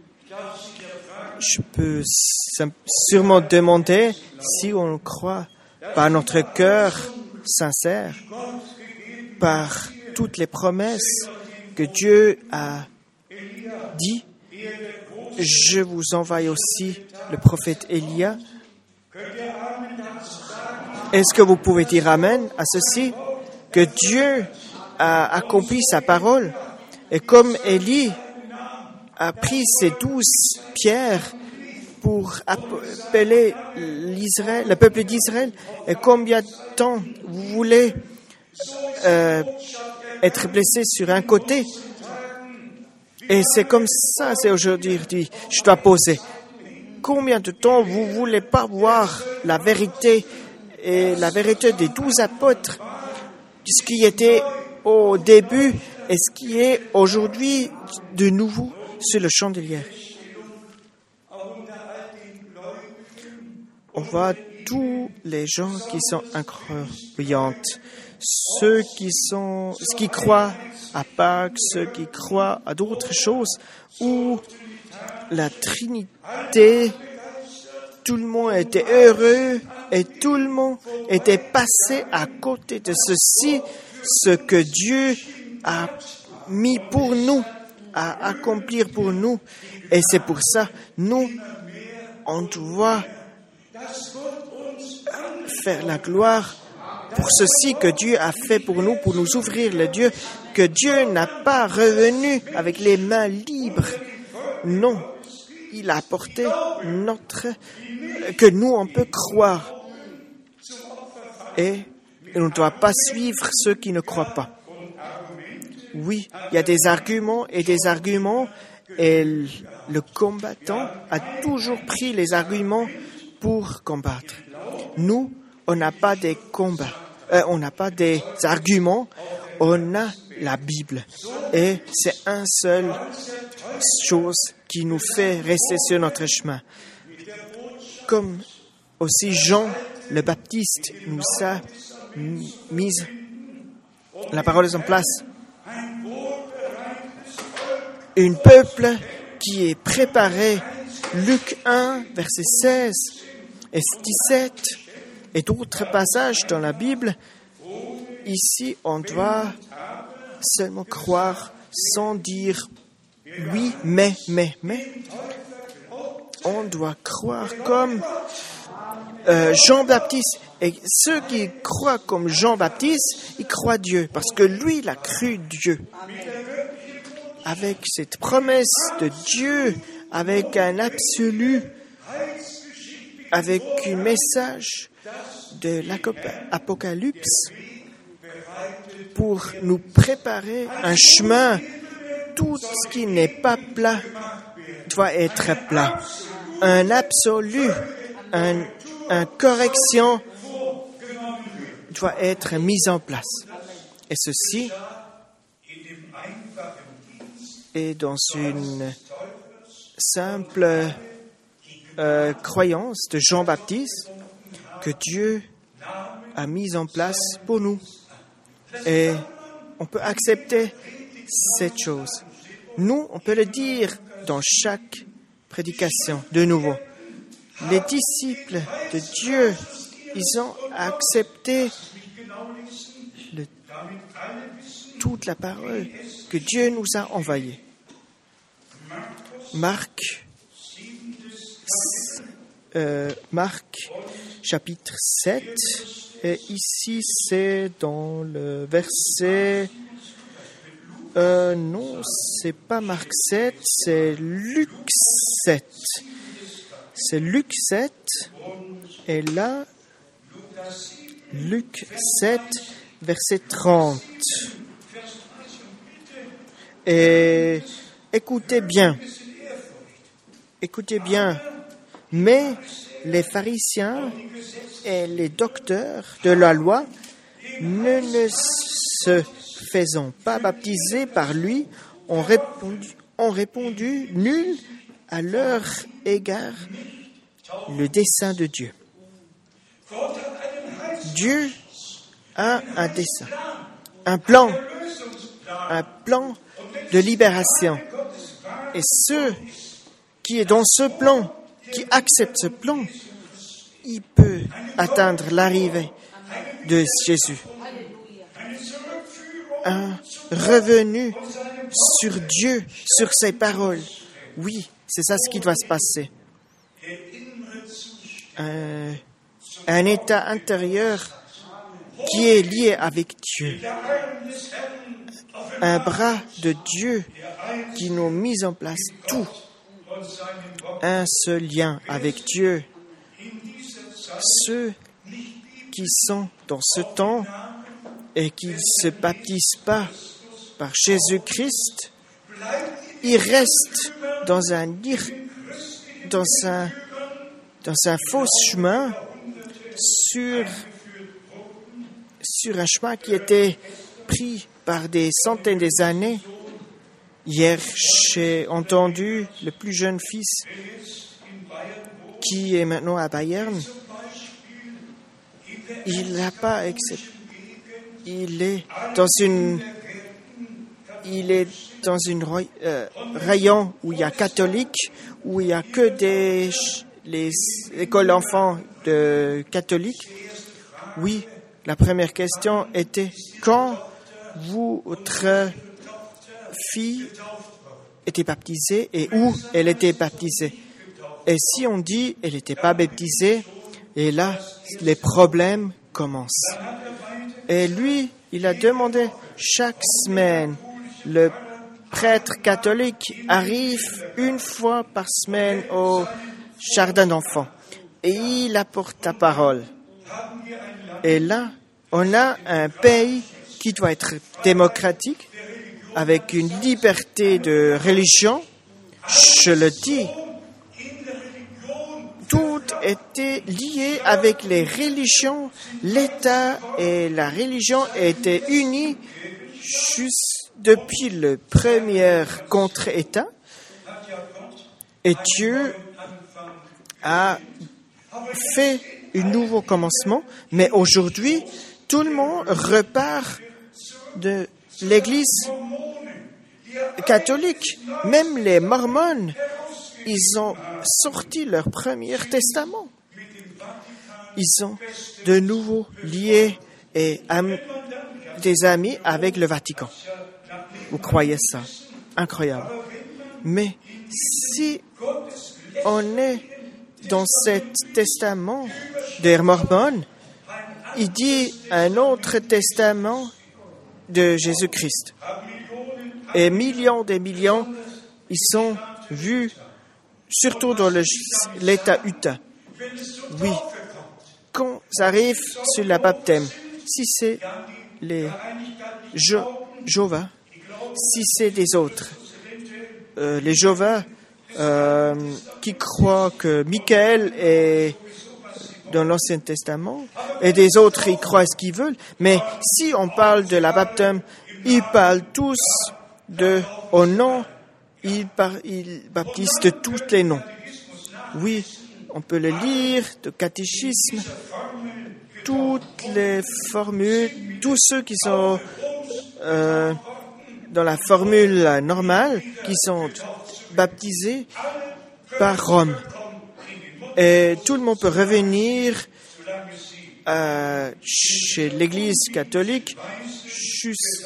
Je peux sûrement demander si on croit par notre cœur sincère, par toutes les promesses que Dieu a dit. Je vous envoie aussi le prophète Élia. Est-ce que vous pouvez dire Amen à ceci? Que Dieu a accompli sa parole. Et comme Élie a pris ses douze pierres pour appeler l'Israël, le peuple d'Israël, et combien de temps vous voulez euh, être blessé sur un côté? Et c'est comme ça, c'est aujourd'hui, je dois poser. Combien de temps vous voulez pas voir la vérité et la vérité des douze apôtres, ce qui était au début et ce qui est aujourd'hui de nouveau sur le chandelier. On voit tous les gens qui sont incroyants, ceux qui sont, ceux qui croient à Pâques, ceux qui croient à d'autres choses, où la Trinité, tout le monde était heureux et tout le monde était passé à côté de ceci, ce que Dieu a mis pour nous, à accomplir pour nous. Et c'est pour ça, nous, on doit faire la gloire pour ceci que Dieu a fait pour nous, pour nous ouvrir le Dieu, que Dieu n'a pas revenu avec les mains libres. Non, il a apporté notre, que nous, on peut croire. Et on ne doit pas suivre ceux qui ne croient pas. Oui, il y a des arguments et des arguments, et le combattant a toujours pris les arguments pour combattre. Nous, on n'a pas des combats, euh, on n'a pas des arguments, on a la Bible. Et c'est une seule chose qui nous fait rester sur notre chemin. Comme aussi Jean le Baptiste nous a mis la parole en place. Un peuple qui est préparé, Luc un, verset seize et dix-sept, et d'autres passages dans la Bible. Ici, on doit seulement croire sans dire oui, mais, mais, mais. On doit croire comme euh, Jean-Baptiste. Et ceux qui croient comme Jean-Baptiste, ils croient Dieu, parce que lui, il a cru Dieu. Avec cette promesse de Dieu, avec un absolu, avec un message de l'Apocalypse pour nous préparer un chemin. Tout ce qui n'est pas plat doit être plat. Un absolu, un, un correction doit être mis en place. Et ceci est dans une simple euh, croyance de Jean-Baptiste que Dieu a mis en place pour nous. Et on peut accepter cette chose. Nous, on peut le dire dans chaque prédication, de nouveau. Les disciples de Dieu, ils ont accepté le, toute la parole que Dieu nous a envoyée. Marc, euh, Marc, chapitre sept, et ici c'est dans le verset... Euh, non, c'est pas Marc sept, c'est Luc sept. C'est Luc sept, et là, Luc sept, verset trente. Et écoutez bien, écoutez bien, mais les pharisiens et les docteurs de la loi ne, ne se faisant pas baptiser par lui, ont répondu, ont répondu nul à leur égard le dessein de Dieu. Dieu a un dessein, un plan, un plan de libération. Et ceux qui est dans ce plan, qui acceptent ce plan, il peut atteindre l'arrivée de Jésus. Un revenu sur Dieu, sur ses paroles. Oui, c'est ça ce qui doit se passer. Un, un état intérieur qui est lié avec Dieu. Un bras de Dieu qui nous met en place tout. Un seul lien avec Dieu. Ceux qui sont dans ce temps et qui ne se baptisent pas par Jésus-Christ, ils restent dans un, dans un, dans un faux chemin sur, sur un chemin qui était pris par des centaines d'années. Hier, j'ai entendu le plus jeune fils qui est maintenant à Bayern. Il n'a pas accepté. Il est dans une, il est dans une euh, rayon où il y a catholiques, où il y a que des les écoles d'enfants de catholiques. Oui, la première question était quand votre fille était baptisée et où elle était baptisée. Et si on dit elle n'était pas baptisée, et là les problèmes commencent. Et lui, il a demandé chaque semaine, le prêtre catholique arrive une fois par semaine au jardin d'enfants et il apporte la parole. Et là, on a un pays qui doit être démocratique, avec une liberté de religion. Je le dis, tout était lié avec les religions. L'État et la religion étaient unis juste depuis le premier contre-État. Et Dieu a fait un nouveau commencement. Mais aujourd'hui, tout le monde repart de l'Église catholique. Même les mormons, ils ont sorti leur premier testament. Ils ont de nouveau lié et am- des amis avec le Vatican. Vous croyez ça? Incroyable. Mais si on est dans cet testament des Mormons, il dit un autre testament de Jésus-Christ. Et millions et millions, ils sont vus, surtout dans le, l'État Utah. Oui, quand ça arrive sur le baptême, si c'est les Je, Jéhovah, si c'est des autres, euh, les Jéhovah euh, qui croient que Michael est dans l'Ancien Testament, et des autres, ils croient ce qu'ils veulent. Mais si on parle de la baptême, ils parlent tous de, au nom, ils, par, ils baptisent de tous les noms. Oui, on peut le lire, de catéchisme, toutes les formules, tous ceux qui sont euh, dans la formule normale, qui sont baptisés par Rome. Et tout le monde peut revenir euh, chez l'Église catholique juste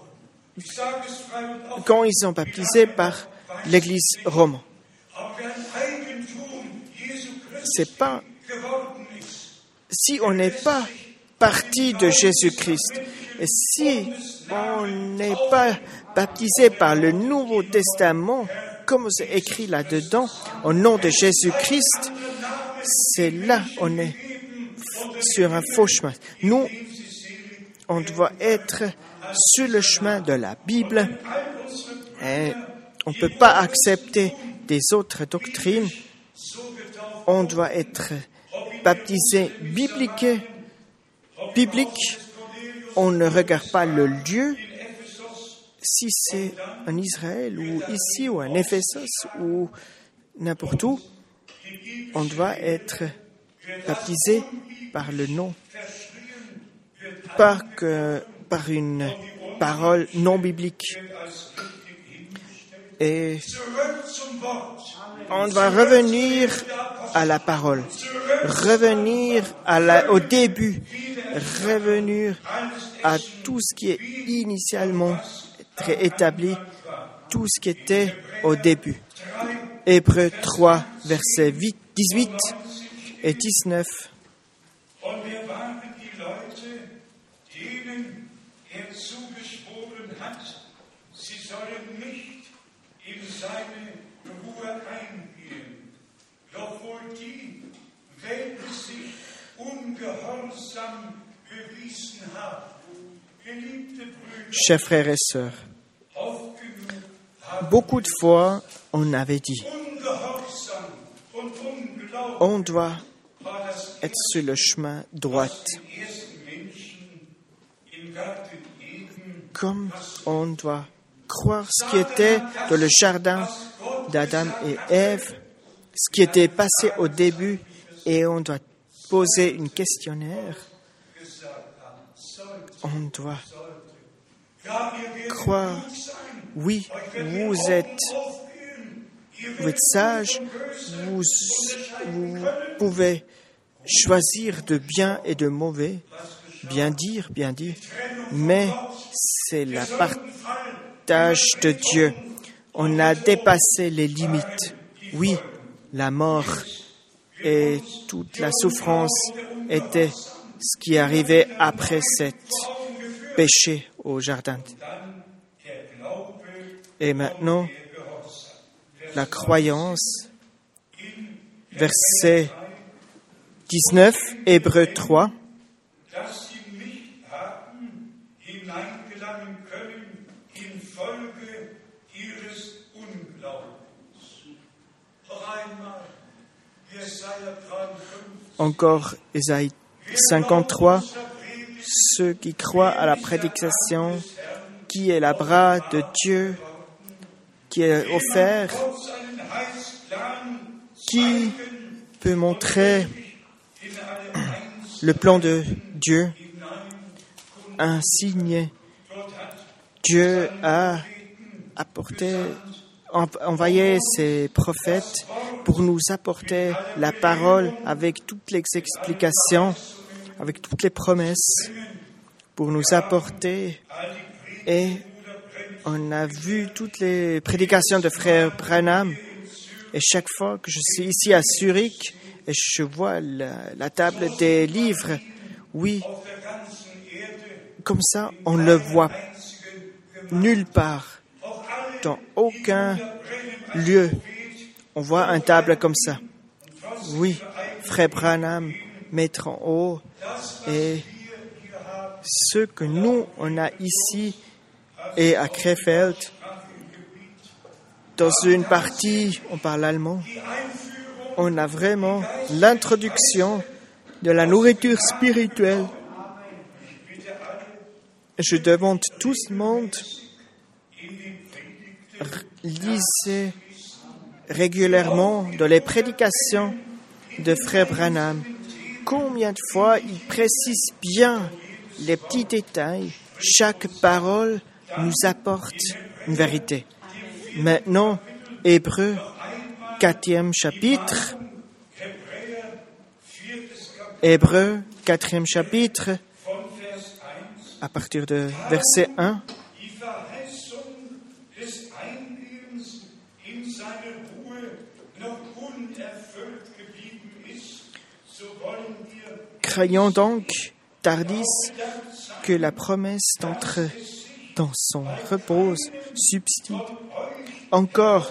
quand ils sont baptisés par l'Église romaine. C'est pas si on n'est pas partie de Jésus-Christ et si on n'est pas baptisé par le Nouveau Testament, comme c'est écrit là-dedans, au nom de Jésus-Christ, c'est là on est sur un faux chemin. Nous, on doit être sur le chemin de la Bible et on ne peut pas accepter des autres doctrines. On doit être baptisé biblique. biblique. On ne regarde pas le lieu, si c'est en Israël ou ici ou en Éphésos ou n'importe où. On doit être baptisé par le nom, pas que par une parole non biblique. Et on va revenir à la parole, revenir à la, au début, revenir à tout ce qui est initialement très établi, tout ce qui était au début. Hébreux trois, versets dix-huit et dix-neuf. Chers frères et sœurs, beaucoup de fois on avait dit, on doit être sur le chemin droit, comme on doit croire ce qui était dans le jardin d'Adam et Ève, ce qui était passé au début, et on doit poser une questionnaire. On doit croire, oui, vous êtes, vous êtes sage, vous, vous pouvez choisir de bien et de mauvais, bien dire, bien dire, mais c'est la partage de Dieu. On a dépassé les limites. Oui, la mort et toute la souffrance étaient ce qui arrivait après cet péché au jardin. Et maintenant, la croyance, verset dix-neuf, Hébreux trois. Encore Ésaïe cinquante-trois, ceux qui croient à la prédication, qui est la bras de Dieu, qui est offert, qui peut montrer le plan de Dieu, un signe. Dieu a apporté, envoyé ses prophètes pour nous apporter la parole avec toutes les explications, avec toutes les promesses, pour nous apporter. Et on a vu toutes les prédications de frère Branham. Et chaque fois que je suis ici à Zurich et je vois la, la table des livres, oui, comme ça, on ne le voit nulle part, dans aucun lieu. On voit une table comme ça. Oui, frère Branham, mettre en haut. Et ce que nous, on a ici et à Krefeld, dans une partie, on parle allemand, on a vraiment l'introduction de la nourriture spirituelle. Je demande tout le monde, lisez régulièrement dans les prédications de frère Branham. Combien de fois il précise bien les petits détails. Chaque parole nous apporte une vérité. Maintenant, Hébreux, quatrième chapitre. Hébreux, quatrième chapitre, à partir de verset un. Craignons donc, tardis, que la promesse d'entrer dans son repos subsiste encore,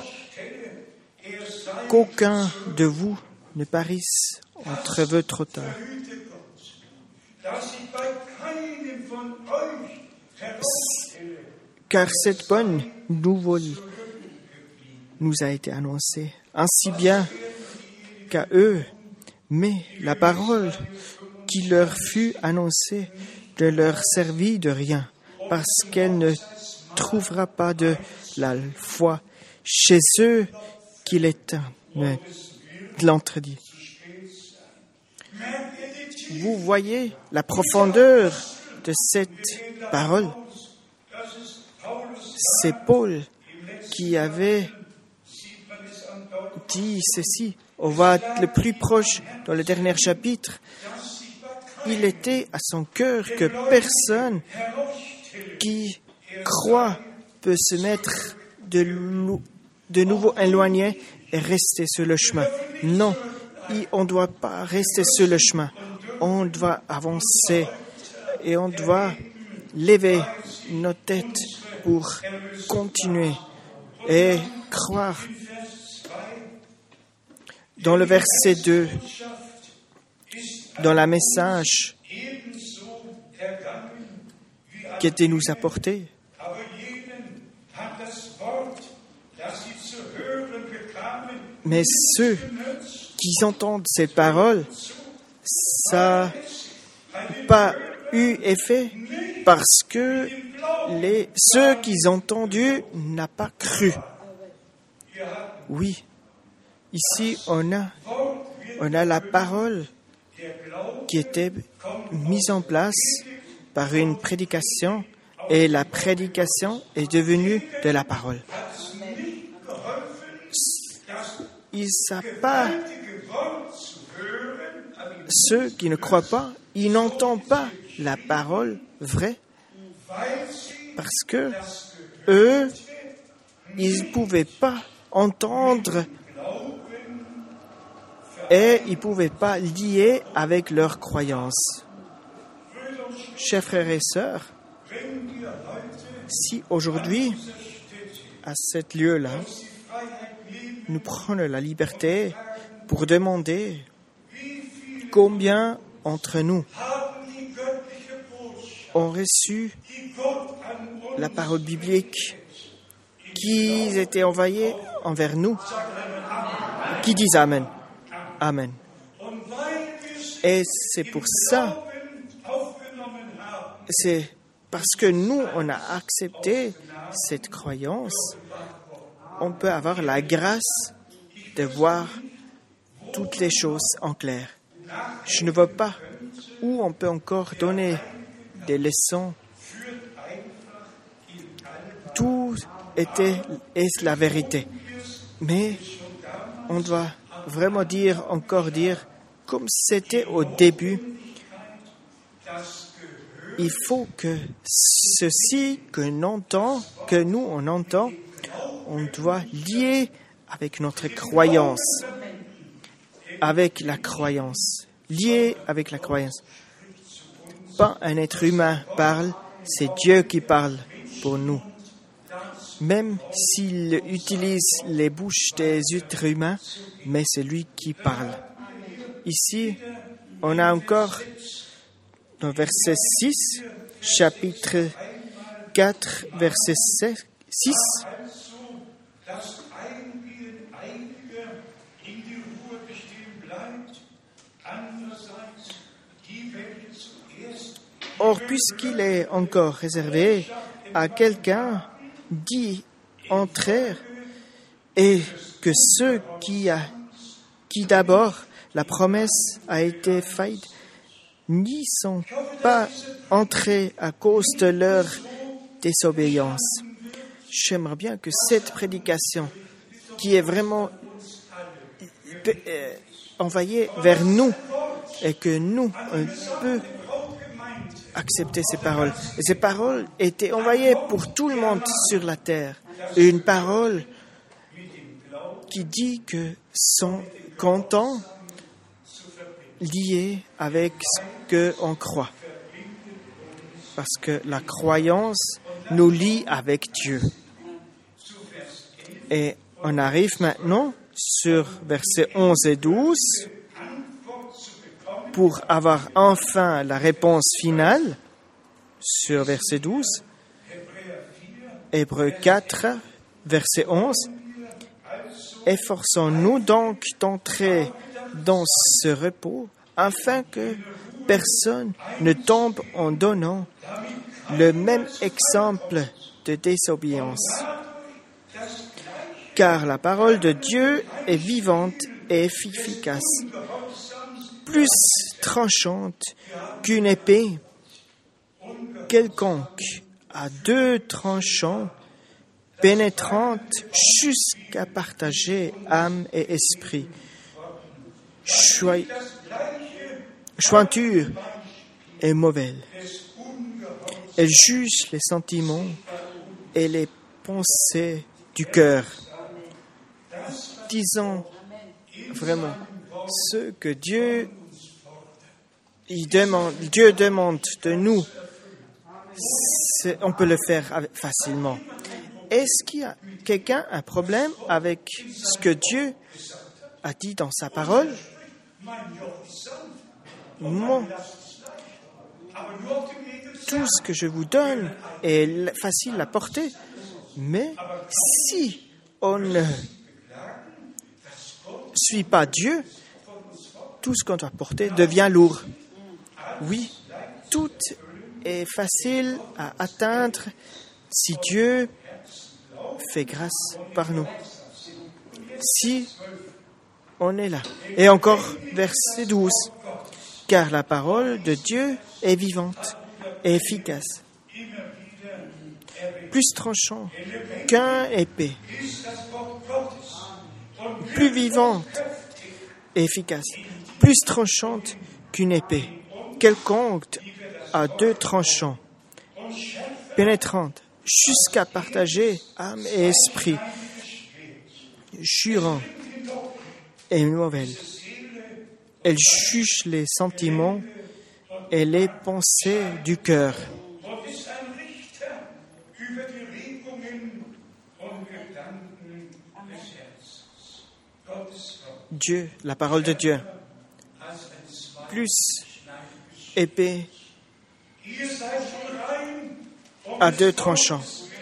qu'aucun de vous ne parisse entre vous trop tard. Car cette bonne nouvelle nous a été annoncée, ainsi bien qu'à eux, mais la parole qui leur fut annoncée ne leur servit de rien, parce qu'elle ne trouvera pas de la foi chez ceux qui l'éternel l'entredit. Vous voyez la profondeur de cette parole. C'est Paul qui avait dit ceci. On va le plus proche dans le dernier chapitre. Il était à son cœur que personne qui croit peut se mettre de, de nouveau éloigné et rester sur le chemin. Non, on ne doit pas rester sur le chemin. On doit avancer et on doit lever nos têtes pour continuer et croire. Dans le verset deux, dans la message qui était nous apporté, mais ceux qui entendent ces paroles, ça n'a pas eu effet parce que les, ceux qui ont entendu n'ont pas cru. Oui, ici on a, on a la parole qui était mise en place par une prédication et la prédication est devenue de la parole. Il n'a pas, ceux qui ne croient pas, ils n'entendent pas la parole vraie parce que eux, ils ne pouvaient pas entendre et ils ne pouvaient pas lier avec leurs croyances. Chers frères et sœurs, si aujourd'hui, à cet lieu-là, nous prenons la liberté pour demander combien entre nous ont reçu la parole biblique qui était envoyée envers nous, qui disent Amen. Amen. Et c'est pour ça, c'est parce que nous, on a accepté cette croyance, on peut avoir la grâce de voir toutes les choses en clair. Je ne vois pas où on peut encore donner des leçons. Tout était, est la vérité. Mais on doit vraiment dire, encore dire, comme c'était au début, il faut que ceci que nous entend, que nous on entend, on doit lier avec notre croyance, avec la croyance, lier avec la croyance. Pas un être humain parle, c'est Dieu qui parle pour nous. Même s'il utilise les bouches des êtres humains, mais c'est lui qui parle. Ici, on a encore, dans verset six, chapitre quatre, verset six, or, puisqu'il est encore réservé à quelqu'un d'y entrer, et que ceux qui, a, qui d'abord la promesse a été faite n'y sont pas entrés à cause de leur désobéissance. J'aimerais bien que cette prédication qui est vraiment envoyé vers nous et que nous, on peut accepter ces paroles. Et ces paroles étaient envoyées pour tout le monde sur la terre. Une parole qui dit que sont contents liés avec ce qu'on croit. Parce que la croyance nous lie avec Dieu. Et on arrive maintenant sur versets onze et douze pour avoir enfin la réponse finale sur verset douze. Hébreux quatre, verset onze. Efforçons-nous donc d'entrer dans ce repos afin que personne ne tombe en donnant le même exemple de désobéissance. Car la parole de Dieu est vivante et efficace, plus tranchante qu'une épée quelconque, à deux tranchants, pénétrante jusqu'à partager âme et esprit, Choi- jointure et mauvaise. Elle juge les sentiments et les pensées du cœur. Disons vraiment ce que Dieu, il demande, Dieu demande de nous. C'est, on peut le faire facilement. Est-ce qu'il y a quelqu'un un problème avec ce que Dieu a dit dans sa parole? Non. Tout ce que je vous donne est facile à porter, mais si on ne suit pas Dieu, tout ce qu'on doit porter devient lourd. Oui, tout est facile à atteindre si Dieu fait grâce par nous. Si on est là. Et encore, verset douze. Car la parole de Dieu est vivante et efficace, plus tranchant qu'un épée, plus vivante et efficace, plus tranchante qu'une épée, quelconque à deux tranchants, pénétrante jusqu'à partager âme et esprit, jurant et nouvelle. Elle juge les sentiments et les pensées du cœur. Dieu, la parole de Dieu, plus épais à deux tranchants.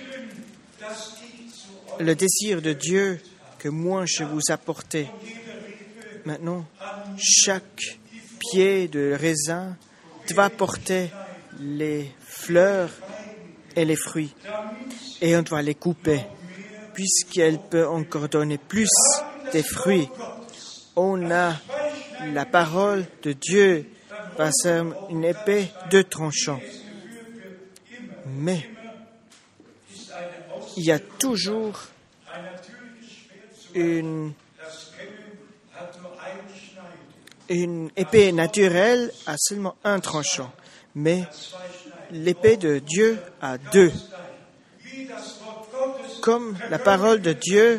Le désir de Dieu que moi je vous apportais. Maintenant, chaque pied de raisin doit porter les fleurs et les fruits. Et on doit les couper, puisqu'elle peut encore donner plus des fruits. On a la parole de Dieu, parce une épée de tranchant. Mais il y a toujours une Une épée naturelle a seulement un tranchant, mais l'épée de Dieu a deux. Comme la parole de Dieu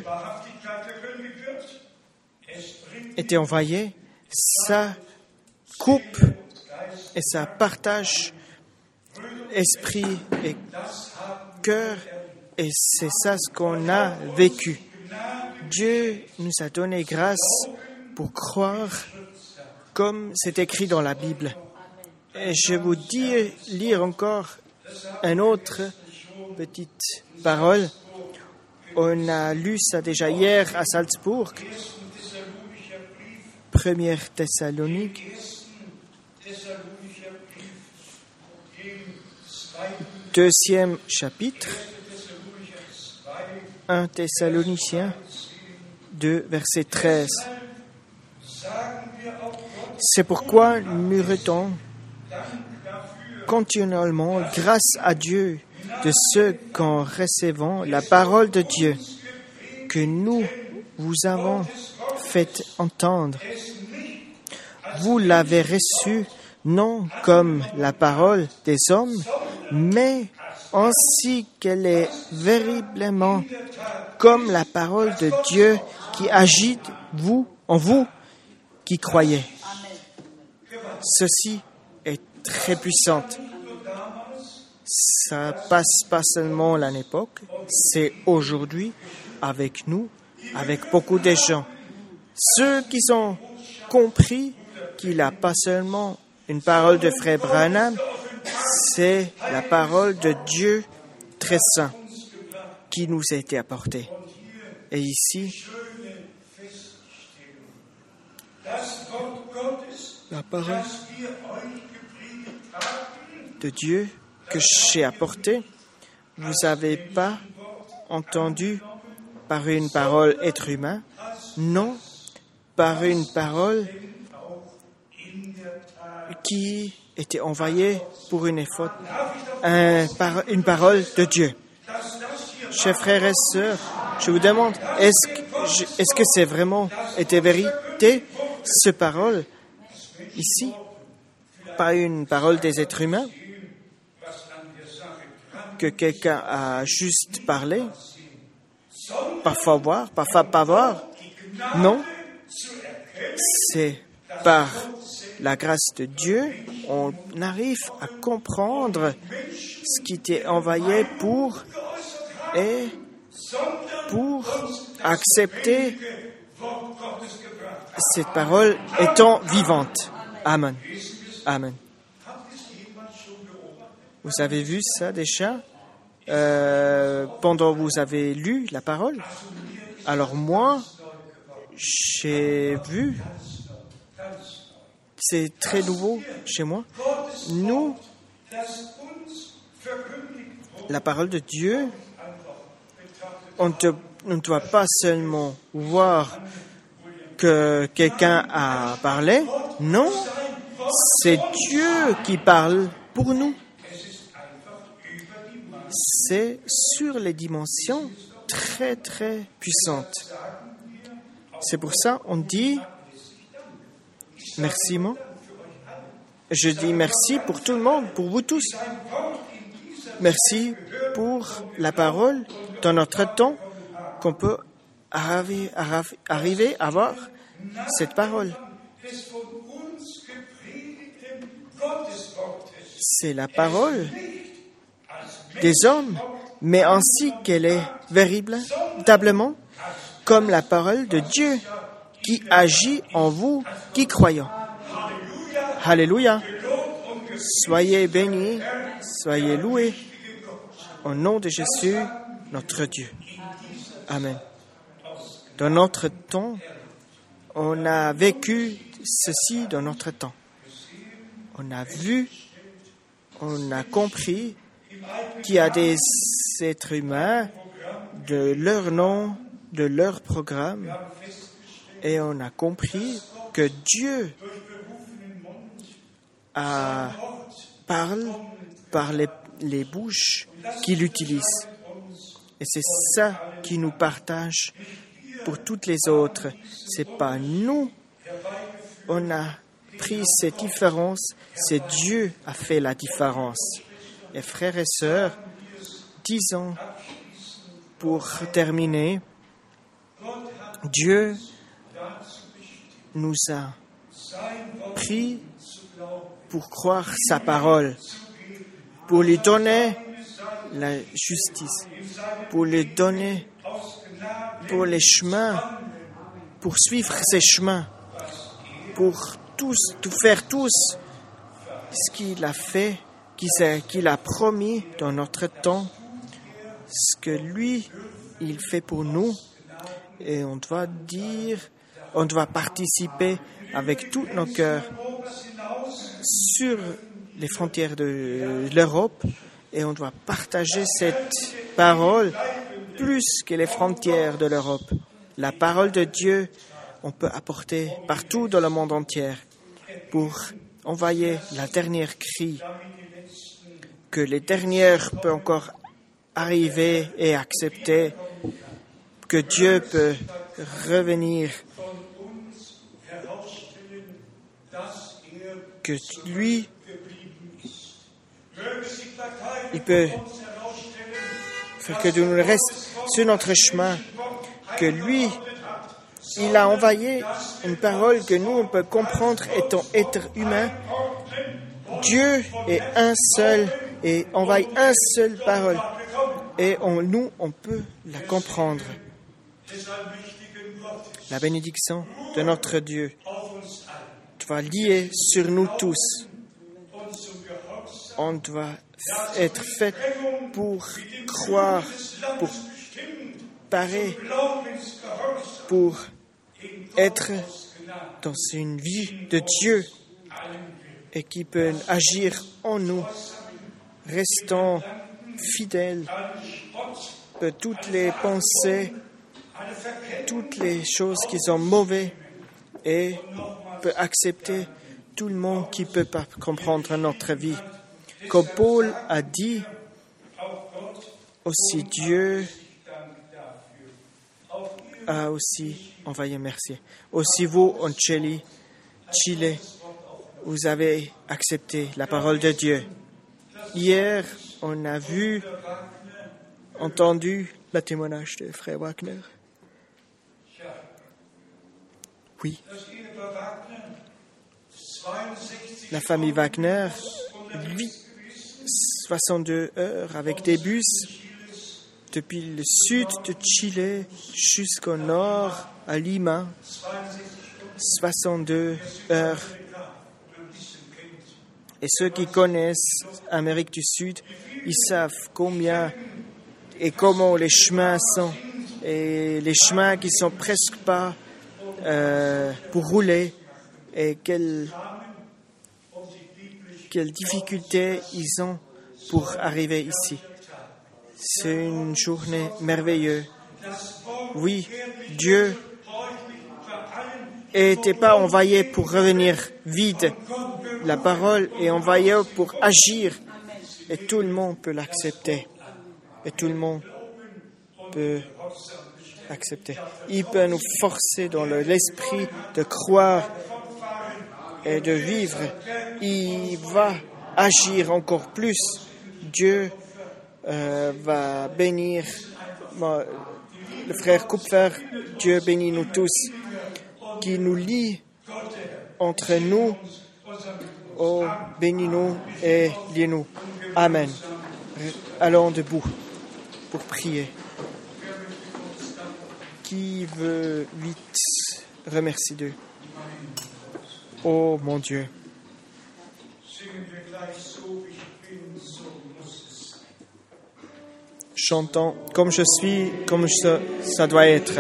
était envoyée, ça coupe et ça partage esprit et cœur, et c'est ça ce qu'on a vécu. Dieu nous a donné grâce pour croire comme c'est écrit dans la Bible. Et je vous dis, lire encore une autre petite parole. On a lu ça déjà hier à Salzbourg. Première Thessalonique. Deuxième chapitre. un Thessaloniciens deux, verset treize. C'est pourquoi nous rendons continuellement grâce à Dieu de ce qu'en recevant la parole de Dieu, que nous vous avons fait entendre. Vous l'avez reçu non comme la parole des hommes, mais ainsi qu'elle est véritablement comme la parole de Dieu qui agit vous, en vous qui croyez. Ceci est très puissant. Ça passe pas seulement à l'époque, c'est aujourd'hui avec nous, avec beaucoup de gens. Ceux qui ont compris qu'il n'a pas seulement une parole de Frère Branham, c'est la parole de Dieu très saint qui nous a été apportée. Et ici, la parole de Dieu que j'ai apportée, vous n'avez pas entendu par une parole être humain, non, par une parole qui était envoyée pour une faute, un, par, une parole de Dieu. Chers frères et sœurs, je vous demande, est-ce que, est-ce que c'est vraiment été vérité, cette parole ici, pas une parole des êtres humains, que quelqu'un a juste parlé, parfois voir, parfois pas voir. Non, c'est par la grâce de Dieu, on arrive à comprendre ce qui était envoyé pour et pour accepter cette parole étant vivante. Amen. Amen. Vous avez vu ça déjà euh, pendant que vous avez lu la parole? Alors moi, j'ai vu, c'est très nouveau chez moi. Nous, la parole de Dieu, on te, on ne doit pas seulement voir que quelqu'un a parlé. Non, c'est Dieu qui parle pour nous. C'est sur les dimensions très, très puissantes. C'est pour ça on dit merci, moi. Je dis merci pour tout le monde, pour vous tous. Merci pour la parole dans notre temps qu'on peut arriver, arriver à avoir cette parole. C'est la parole des hommes, mais ainsi qu'elle est véritablement comme la parole de Dieu qui agit en vous qui croyez. Alléluia. Soyez bénis, soyez loués au nom de Jésus, notre Dieu. Amen. Dans notre temps, on a vécu ceci dans notre temps. On a vu, on a compris qu'il y a des êtres humains de leur nom, de leur programme, et on a compris que Dieu a, parle par les, les bouches qu'il utilise. Et c'est ça qui nous partage pour toutes les autres. C'est pas nous. On a pris cette différence. C'est Dieu qui a fait la différence. Et frères et sœurs, disons, pour terminer, Dieu nous a pris pour croire sa parole, pour lui donner la justice, pour lui donner pour les chemins, pour suivre ses chemins, pour tous, tout faire tous ce qu'il a fait, qu'il a promis dans notre temps, ce que lui, il fait pour nous. Et on doit dire, on doit participer avec tous nos cœurs sur les frontières de l'Europe et on doit partager cette parole plus que les frontières de l'Europe. La parole de Dieu, on peut apporter partout dans le monde entier pour envoyer la dernière cri, que les dernières peuvent encore arriver et accepter, que Dieu peut revenir, que lui, il peut faire que nous reste sur notre chemin, que lui, il a envoyé une parole que nous, on peut comprendre étant être humain. Dieu est un seul et envoie un seul parole. Et on, nous, on peut la comprendre. La bénédiction de notre Dieu doit lier sur nous tous. On doit être fait pour croire, pour parer, pour être dans une vie de Dieu et qui peut agir en nous, restant fidèles de toutes les pensées, toutes les choses qui sont mauvaises et peut accepter tout le monde qui ne peut pas comprendre notre vie. Comme Paul a dit, aussi Dieu a aussi envoyé merci. Aussi vous, en Chili, Chile, vous avez accepté la parole de Dieu. Hier, on a vu, entendu le témoignage de frère Wagner. Oui. La famille Wagner vit soixante-deux heures avec des bus depuis le sud de Chile jusqu'au nord à Lima. soixante-deux heures. Et ceux qui connaissent l'Amérique du Sud, ils savent combien et comment les chemins sont. Et les chemins qui sont presque pas euh, pour rouler. Et quelles, quelles difficultés ils ont pour arriver ici. C'est une journée merveilleuse. Oui, Dieu n'était pas envoyé pour revenir vide. La parole est envoyée pour agir. Et tout le monde peut l'accepter. Et tout le monde peut accepter. Il peut nous forcer dans le, l'esprit de croire et de vivre. Il va agir encore plus. Dieu euh, va bénir bon, le frère Kupfer. Dieu bénit nous tous, qui nous lie entre nous. Oh, bénis-nous et lie-nous. Amen. Allons debout pour prier. Qui veut vite remercier Dieu? Oh mon Dieu. Chantons comme je suis, comme ça, ça doit être.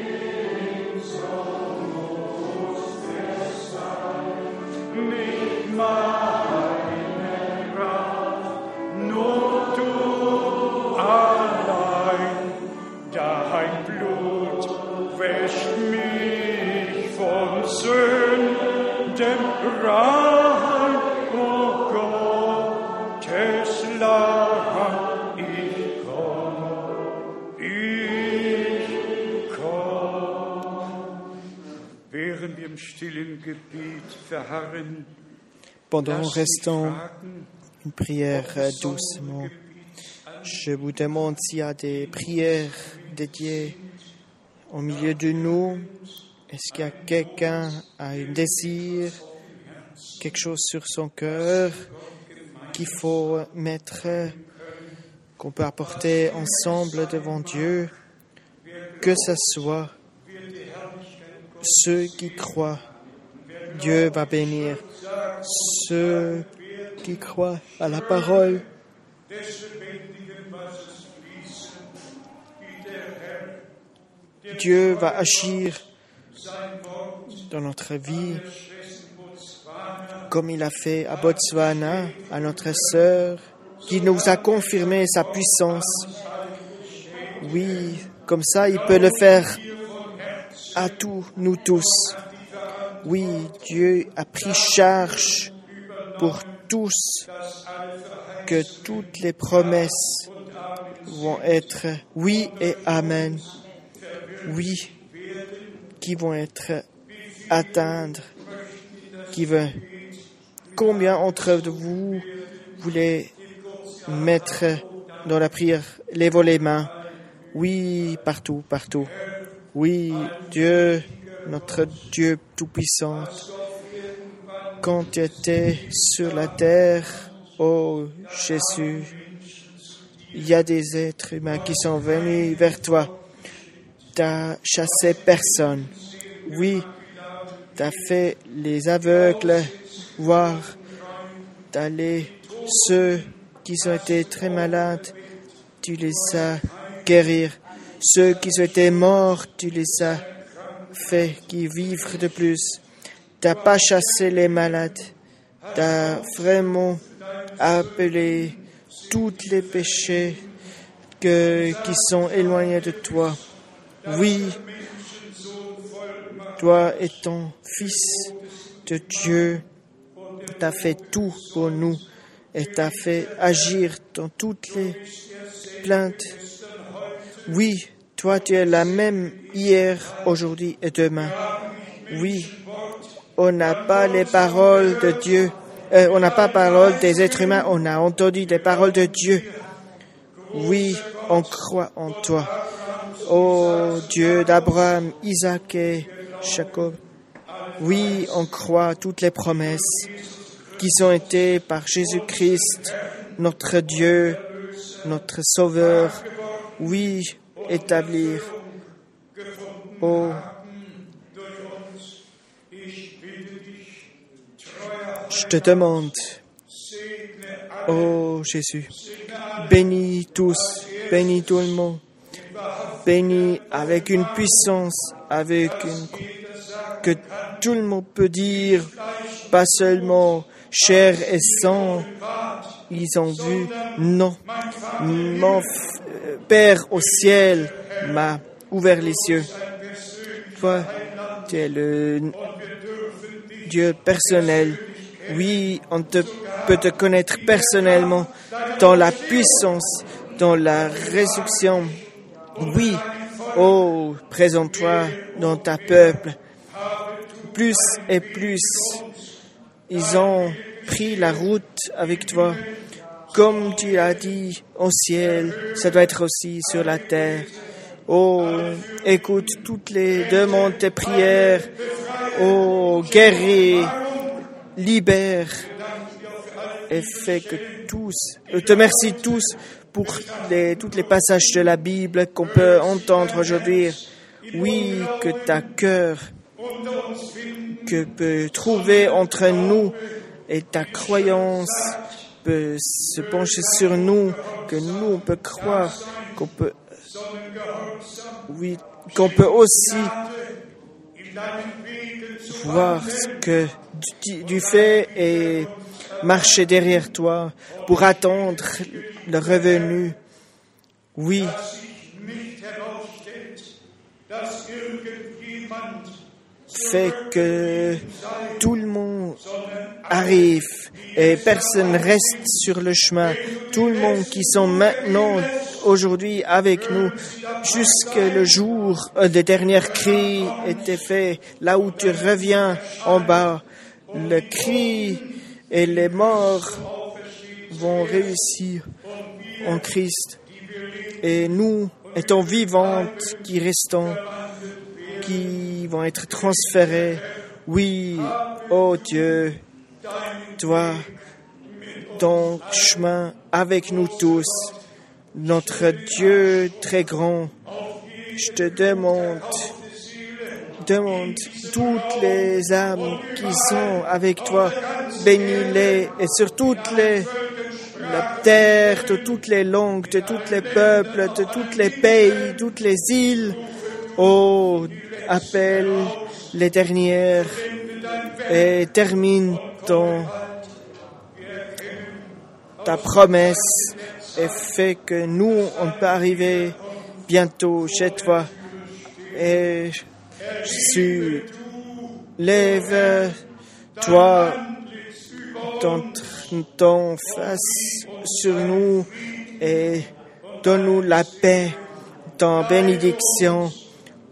Pendant restant une prière doucement, je vous demande s'il y a des prières dédiées au milieu de nous. Est-ce qu'il y a quelqu'un qui a un désir, quelque chose sur son cœur qu'il faut mettre, qu'on peut apporter ensemble devant Dieu? Que ce soit ceux qui croient, Dieu va bénir. Ceux qui croient à la parole, Dieu va agir dans notre vie comme il a fait à Botswana, à notre sœur, qui nous a confirmé sa puissance. Oui, comme ça, il peut le faire à tous, nous tous. Oui, Dieu a pris charge pour tous, que toutes les promesses vont être oui et amen. Oui, qui vont être atteints, qui veulent. Combien d'entre vous voulez mettre dans la prière, lèvez les mains. Oui, partout, partout. Oui, Dieu, notre Dieu tout-puissant, quand tu étais sur la terre, oh Jésus, il y a des êtres humains qui sont venus vers toi. Tu as chassé personne. Oui, tu as fait les aveugles voir. Tu as les ceux qui ont été très malades, tu les as guérir. Ceux qui ont été morts, tu les as fait qui vivent de plus. Tu n'as pas chassé les malades. Tu as vraiment appelé tous les péchés que, qui sont éloignés de toi. Oui, toi et ton Fils de Dieu, tu as fait tout pour nous et tu as fait agir dans toutes les plaintes. Oui, toi tu es la même hier, aujourd'hui et demain. Oui, on n'a pas les paroles de Dieu, euh, on n'a pas parole des êtres humains, on a entendu les paroles de Dieu. Oui, on croit en toi. Ô Dieu d'Abraham, Isaac et Jacob. Oui, on croit à toutes les promesses qui ont été par Jésus-Christ, notre Dieu, notre Sauveur. Oui, établir. Oh, je te demande, oh Jésus, bénis tous, bénis tout le monde, bénis avec une puissance, avec une... que tout le monde peut dire, pas seulement chair et sang, ils ont vu, non, mon Père au ciel m'a ouvert les cieux. Toi, tu es le Dieu personnel. Oui, on te, peut te connaître personnellement dans la puissance, dans la résurrection. Oui, oh, présente-toi dans ta peuple. Plus et plus, ils ont pris la route avec toi. Comme tu as dit au ciel, ça doit être aussi sur la terre. Oh, écoute toutes les demandes, tes prières. Oh, guéris, libère et fais que tous, je te remercie tous pour les, tous les passages de la Bible qu'on peut entendre aujourd'hui. Oui, que ta cœur que peut trouver entre nous et ta croyance peut se pencher sur nous, que nous on peut croire, qu'on peut, oui, qu'on peut aussi voir ce que tu, tu fais et marcher derrière toi pour attendre le revenu. Oui. Fait que tout le monde arrive et personne reste sur le chemin. Tout le monde qui sont maintenant, aujourd'hui, avec nous, jusque le jour des derniers cris étaient faits, là où tu reviens en bas, le cri et les morts vont réussir en Christ. Et nous, étant vivantes, qui restons, qui vont être transférés. Oui, oh Dieu, toi, ton chemin avec nous tous, notre Dieu très grand, je te demande, demande toutes les âmes qui sont avec toi, bénis-les et sur toutes les la terre, de toutes les langues, de tous les peuples, de tous les pays, toutes les îles. Oh, appelle les dernières et termine ton, ta promesse et fais que nous, on peut arriver bientôt chez toi. Et Jésus, lève-toi ton, ton face sur nous et donne-nous la paix, ton bénédiction.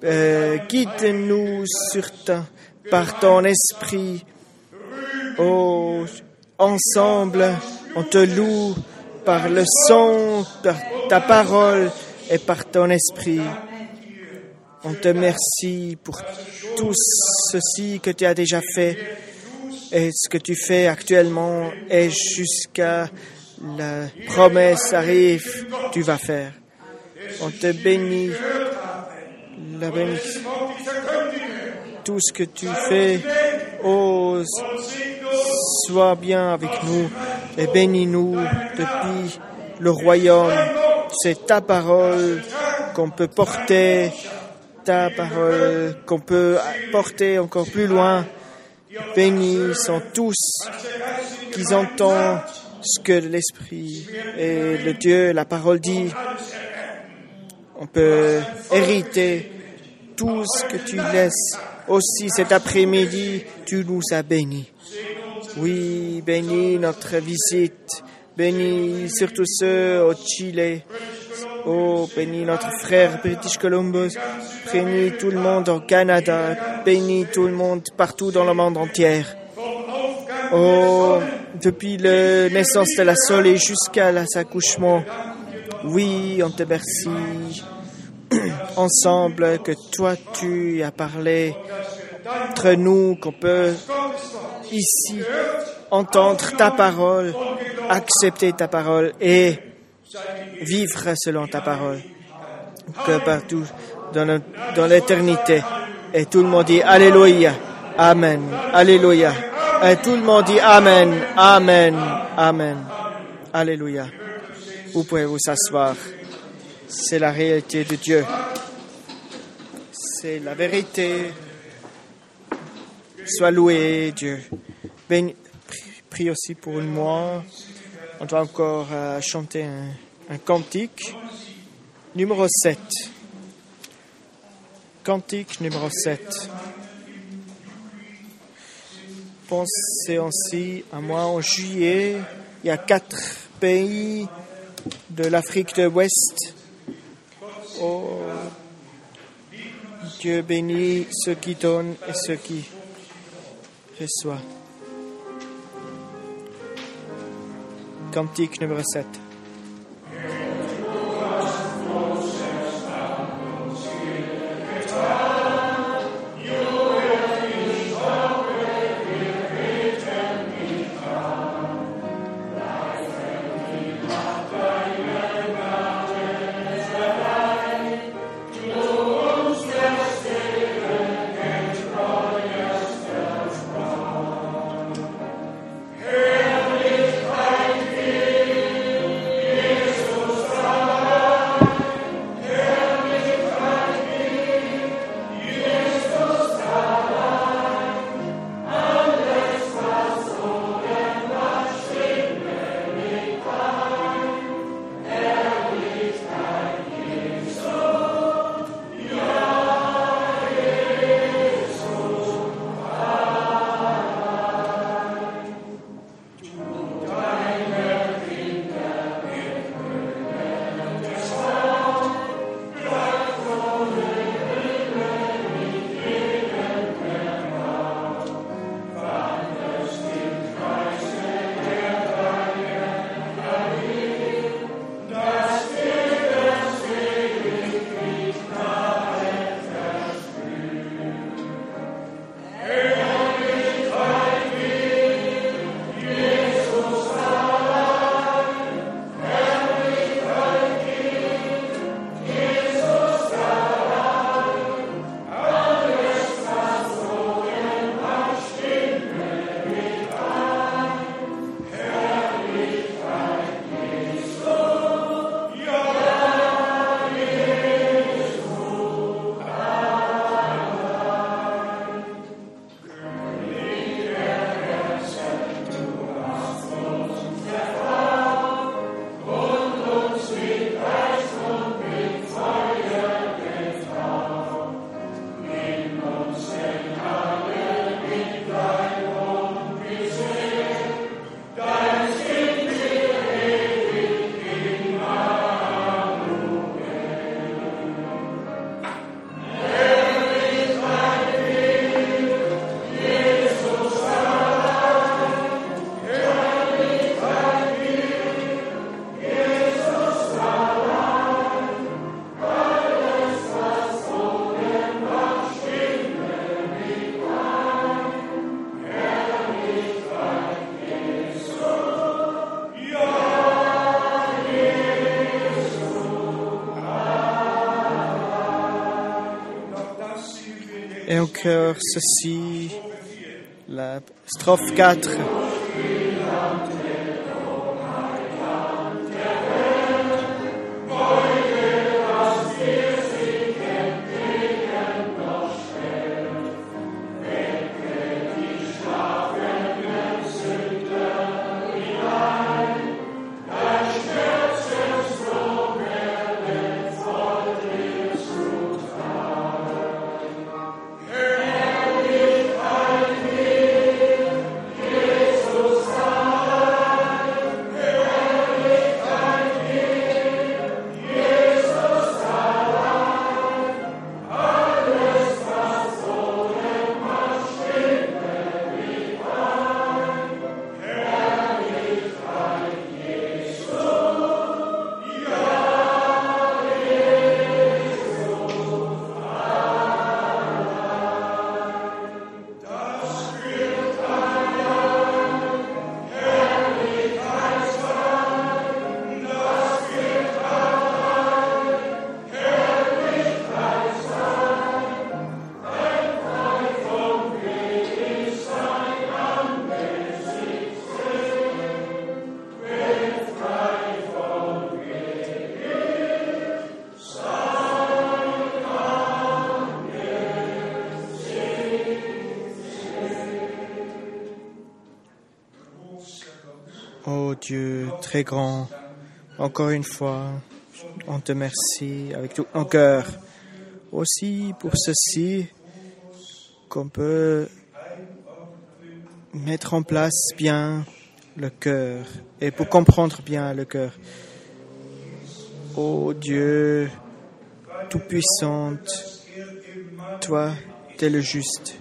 Euh, guide-nous sur ta, par ton esprit. Oh, ensemble, on te loue par le son, par ta parole et par ton esprit. On te remercie pour tout ceci que tu as déjà fait et ce que tu fais actuellement et jusqu'à la promesse arrive, tu vas faire. On te bénit, la bénédiction. Tout ce que tu fais, ose, sois bien avec nous et bénis-nous depuis le royaume. C'est ta parole qu'on peut porter, ta parole qu'on peut porter encore plus loin. Bénis sont tous qui entendent ce que l'Esprit et le Dieu, la parole dit. On peut hériter tout ce que tu laisses. Aussi cet après-midi, tu nous as bénis. Oui, bénis notre visite. Bénis surtout ceux au Chili. Oh, bénis notre frère British Columbus. Bénis tout le monde au Canada. Bénis tout le monde partout dans le monde entier. Oh, depuis la naissance de la soleil jusqu'à l'accouchement. Oui, on te remercie. Ensemble, que toi, tu as parlé entre nous, qu'on peut ici entendre ta parole, accepter ta parole et vivre selon ta parole. Que partout dans, le, dans l'éternité. Et tout le monde dit Alléluia, Amen, Alléluia. Et tout le monde dit Amen, Amen, Amen, Alléluia. Vous pouvez vous asseoir. C'est la réalité de Dieu. C'est la vérité. Sois loué, Dieu. Ben, prie aussi pour moi. On doit encore euh, chanter un, un cantique. Numéro sept. Cantique numéro sept. Pensez aussi à moi en juillet. Il y a quatre pays de l'Afrique de l'Ouest. Oh, Dieu bénit ceux qui donnent et ceux qui reçoivent. Cantique numéro sept. au cœur ceci, la strophe quatre. Ô Dieu très grand, encore une fois, on te remercie avec tout mon cœur. Aussi pour ceci, qu'on peut mettre en place bien le cœur et pour comprendre bien le cœur. Ô Dieu tout-puissant, toi, tu es le juste.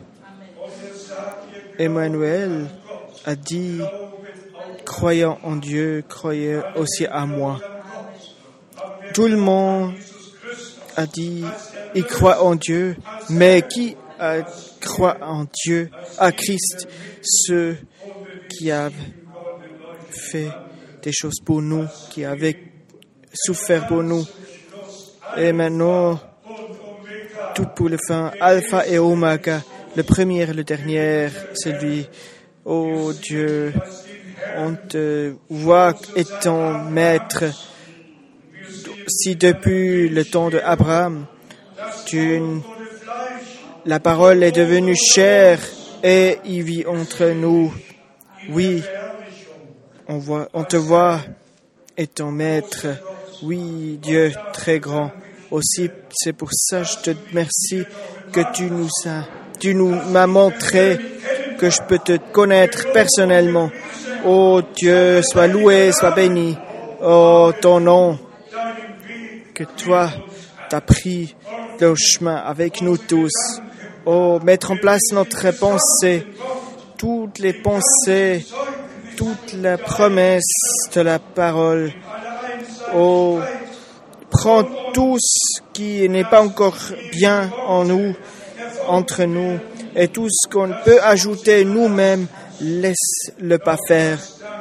Emmanuel a dit, croyant en Dieu, croyez aussi à moi. Tout le monde a dit, il croit en Dieu, mais qui a, croit en Dieu, à Christ, ceux qui avaient fait des choses pour nous, qui avaient souffert pour nous. Et maintenant, tout pour le fin, Alpha et Omega, le premier et le dernier, c'est lui. Ô Dieu, on te voit étant maître. Si depuis le temps d'Abraham, tu, la parole est devenue chair et il vit entre nous. Oui, on, voit, on te voit étant maître. Oui, Dieu très grand. Aussi, c'est pour ça que je te remercie que tu nous as, tu nous m'as montré que je peux te connaître personnellement. Oh Dieu, sois loué, sois béni. Oh ton nom, que toi t'as pris le chemin avec nous tous. Oh, mettre en place notre pensée, toutes les pensées, toutes les promesses de la parole. Oh, prends tout ce qui n'est pas encore bien en nous, entre nous, et tout ce qu'on peut ajouter nous-mêmes, laisse-le pas faire.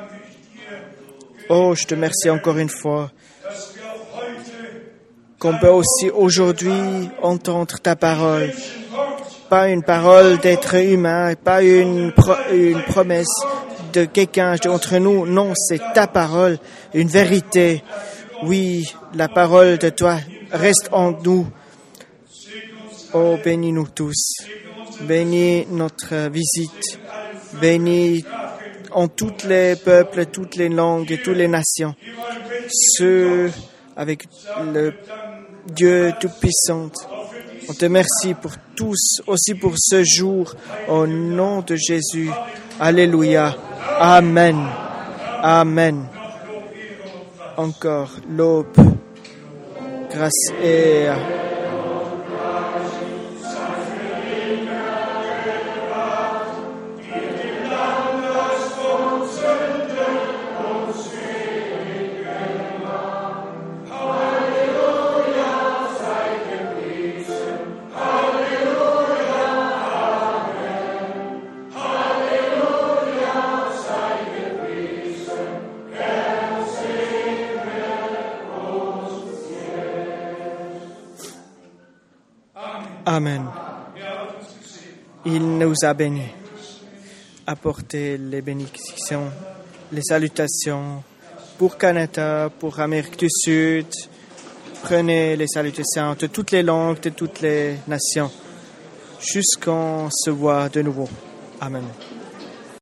Oh, je te remercie encore une fois qu'on peut aussi aujourd'hui entendre ta parole. Pas une parole d'être humain, pas une, pro- une promesse de quelqu'un d'entre nous. Non, c'est ta parole, une vérité. Oui, la parole de toi reste en nous. Oh, bénis-nous tous. Bénis notre visite. Bénis en tous les peuples, toutes les langues et toutes les nations. Ceux avec le Dieu Tout-Puissant. On te remercie pour tous, aussi pour ce jour, au nom de Jésus. Alléluia. Amen. Amen. Encore l'aube. Grâce et Amen. Il nous a bénis. Apportez les bénédictions, les salutations pour Canada, pour Amérique du Sud. Prenez les salutations de toutes les langues, de toutes les nations, jusqu'on se voit de nouveau. Amen.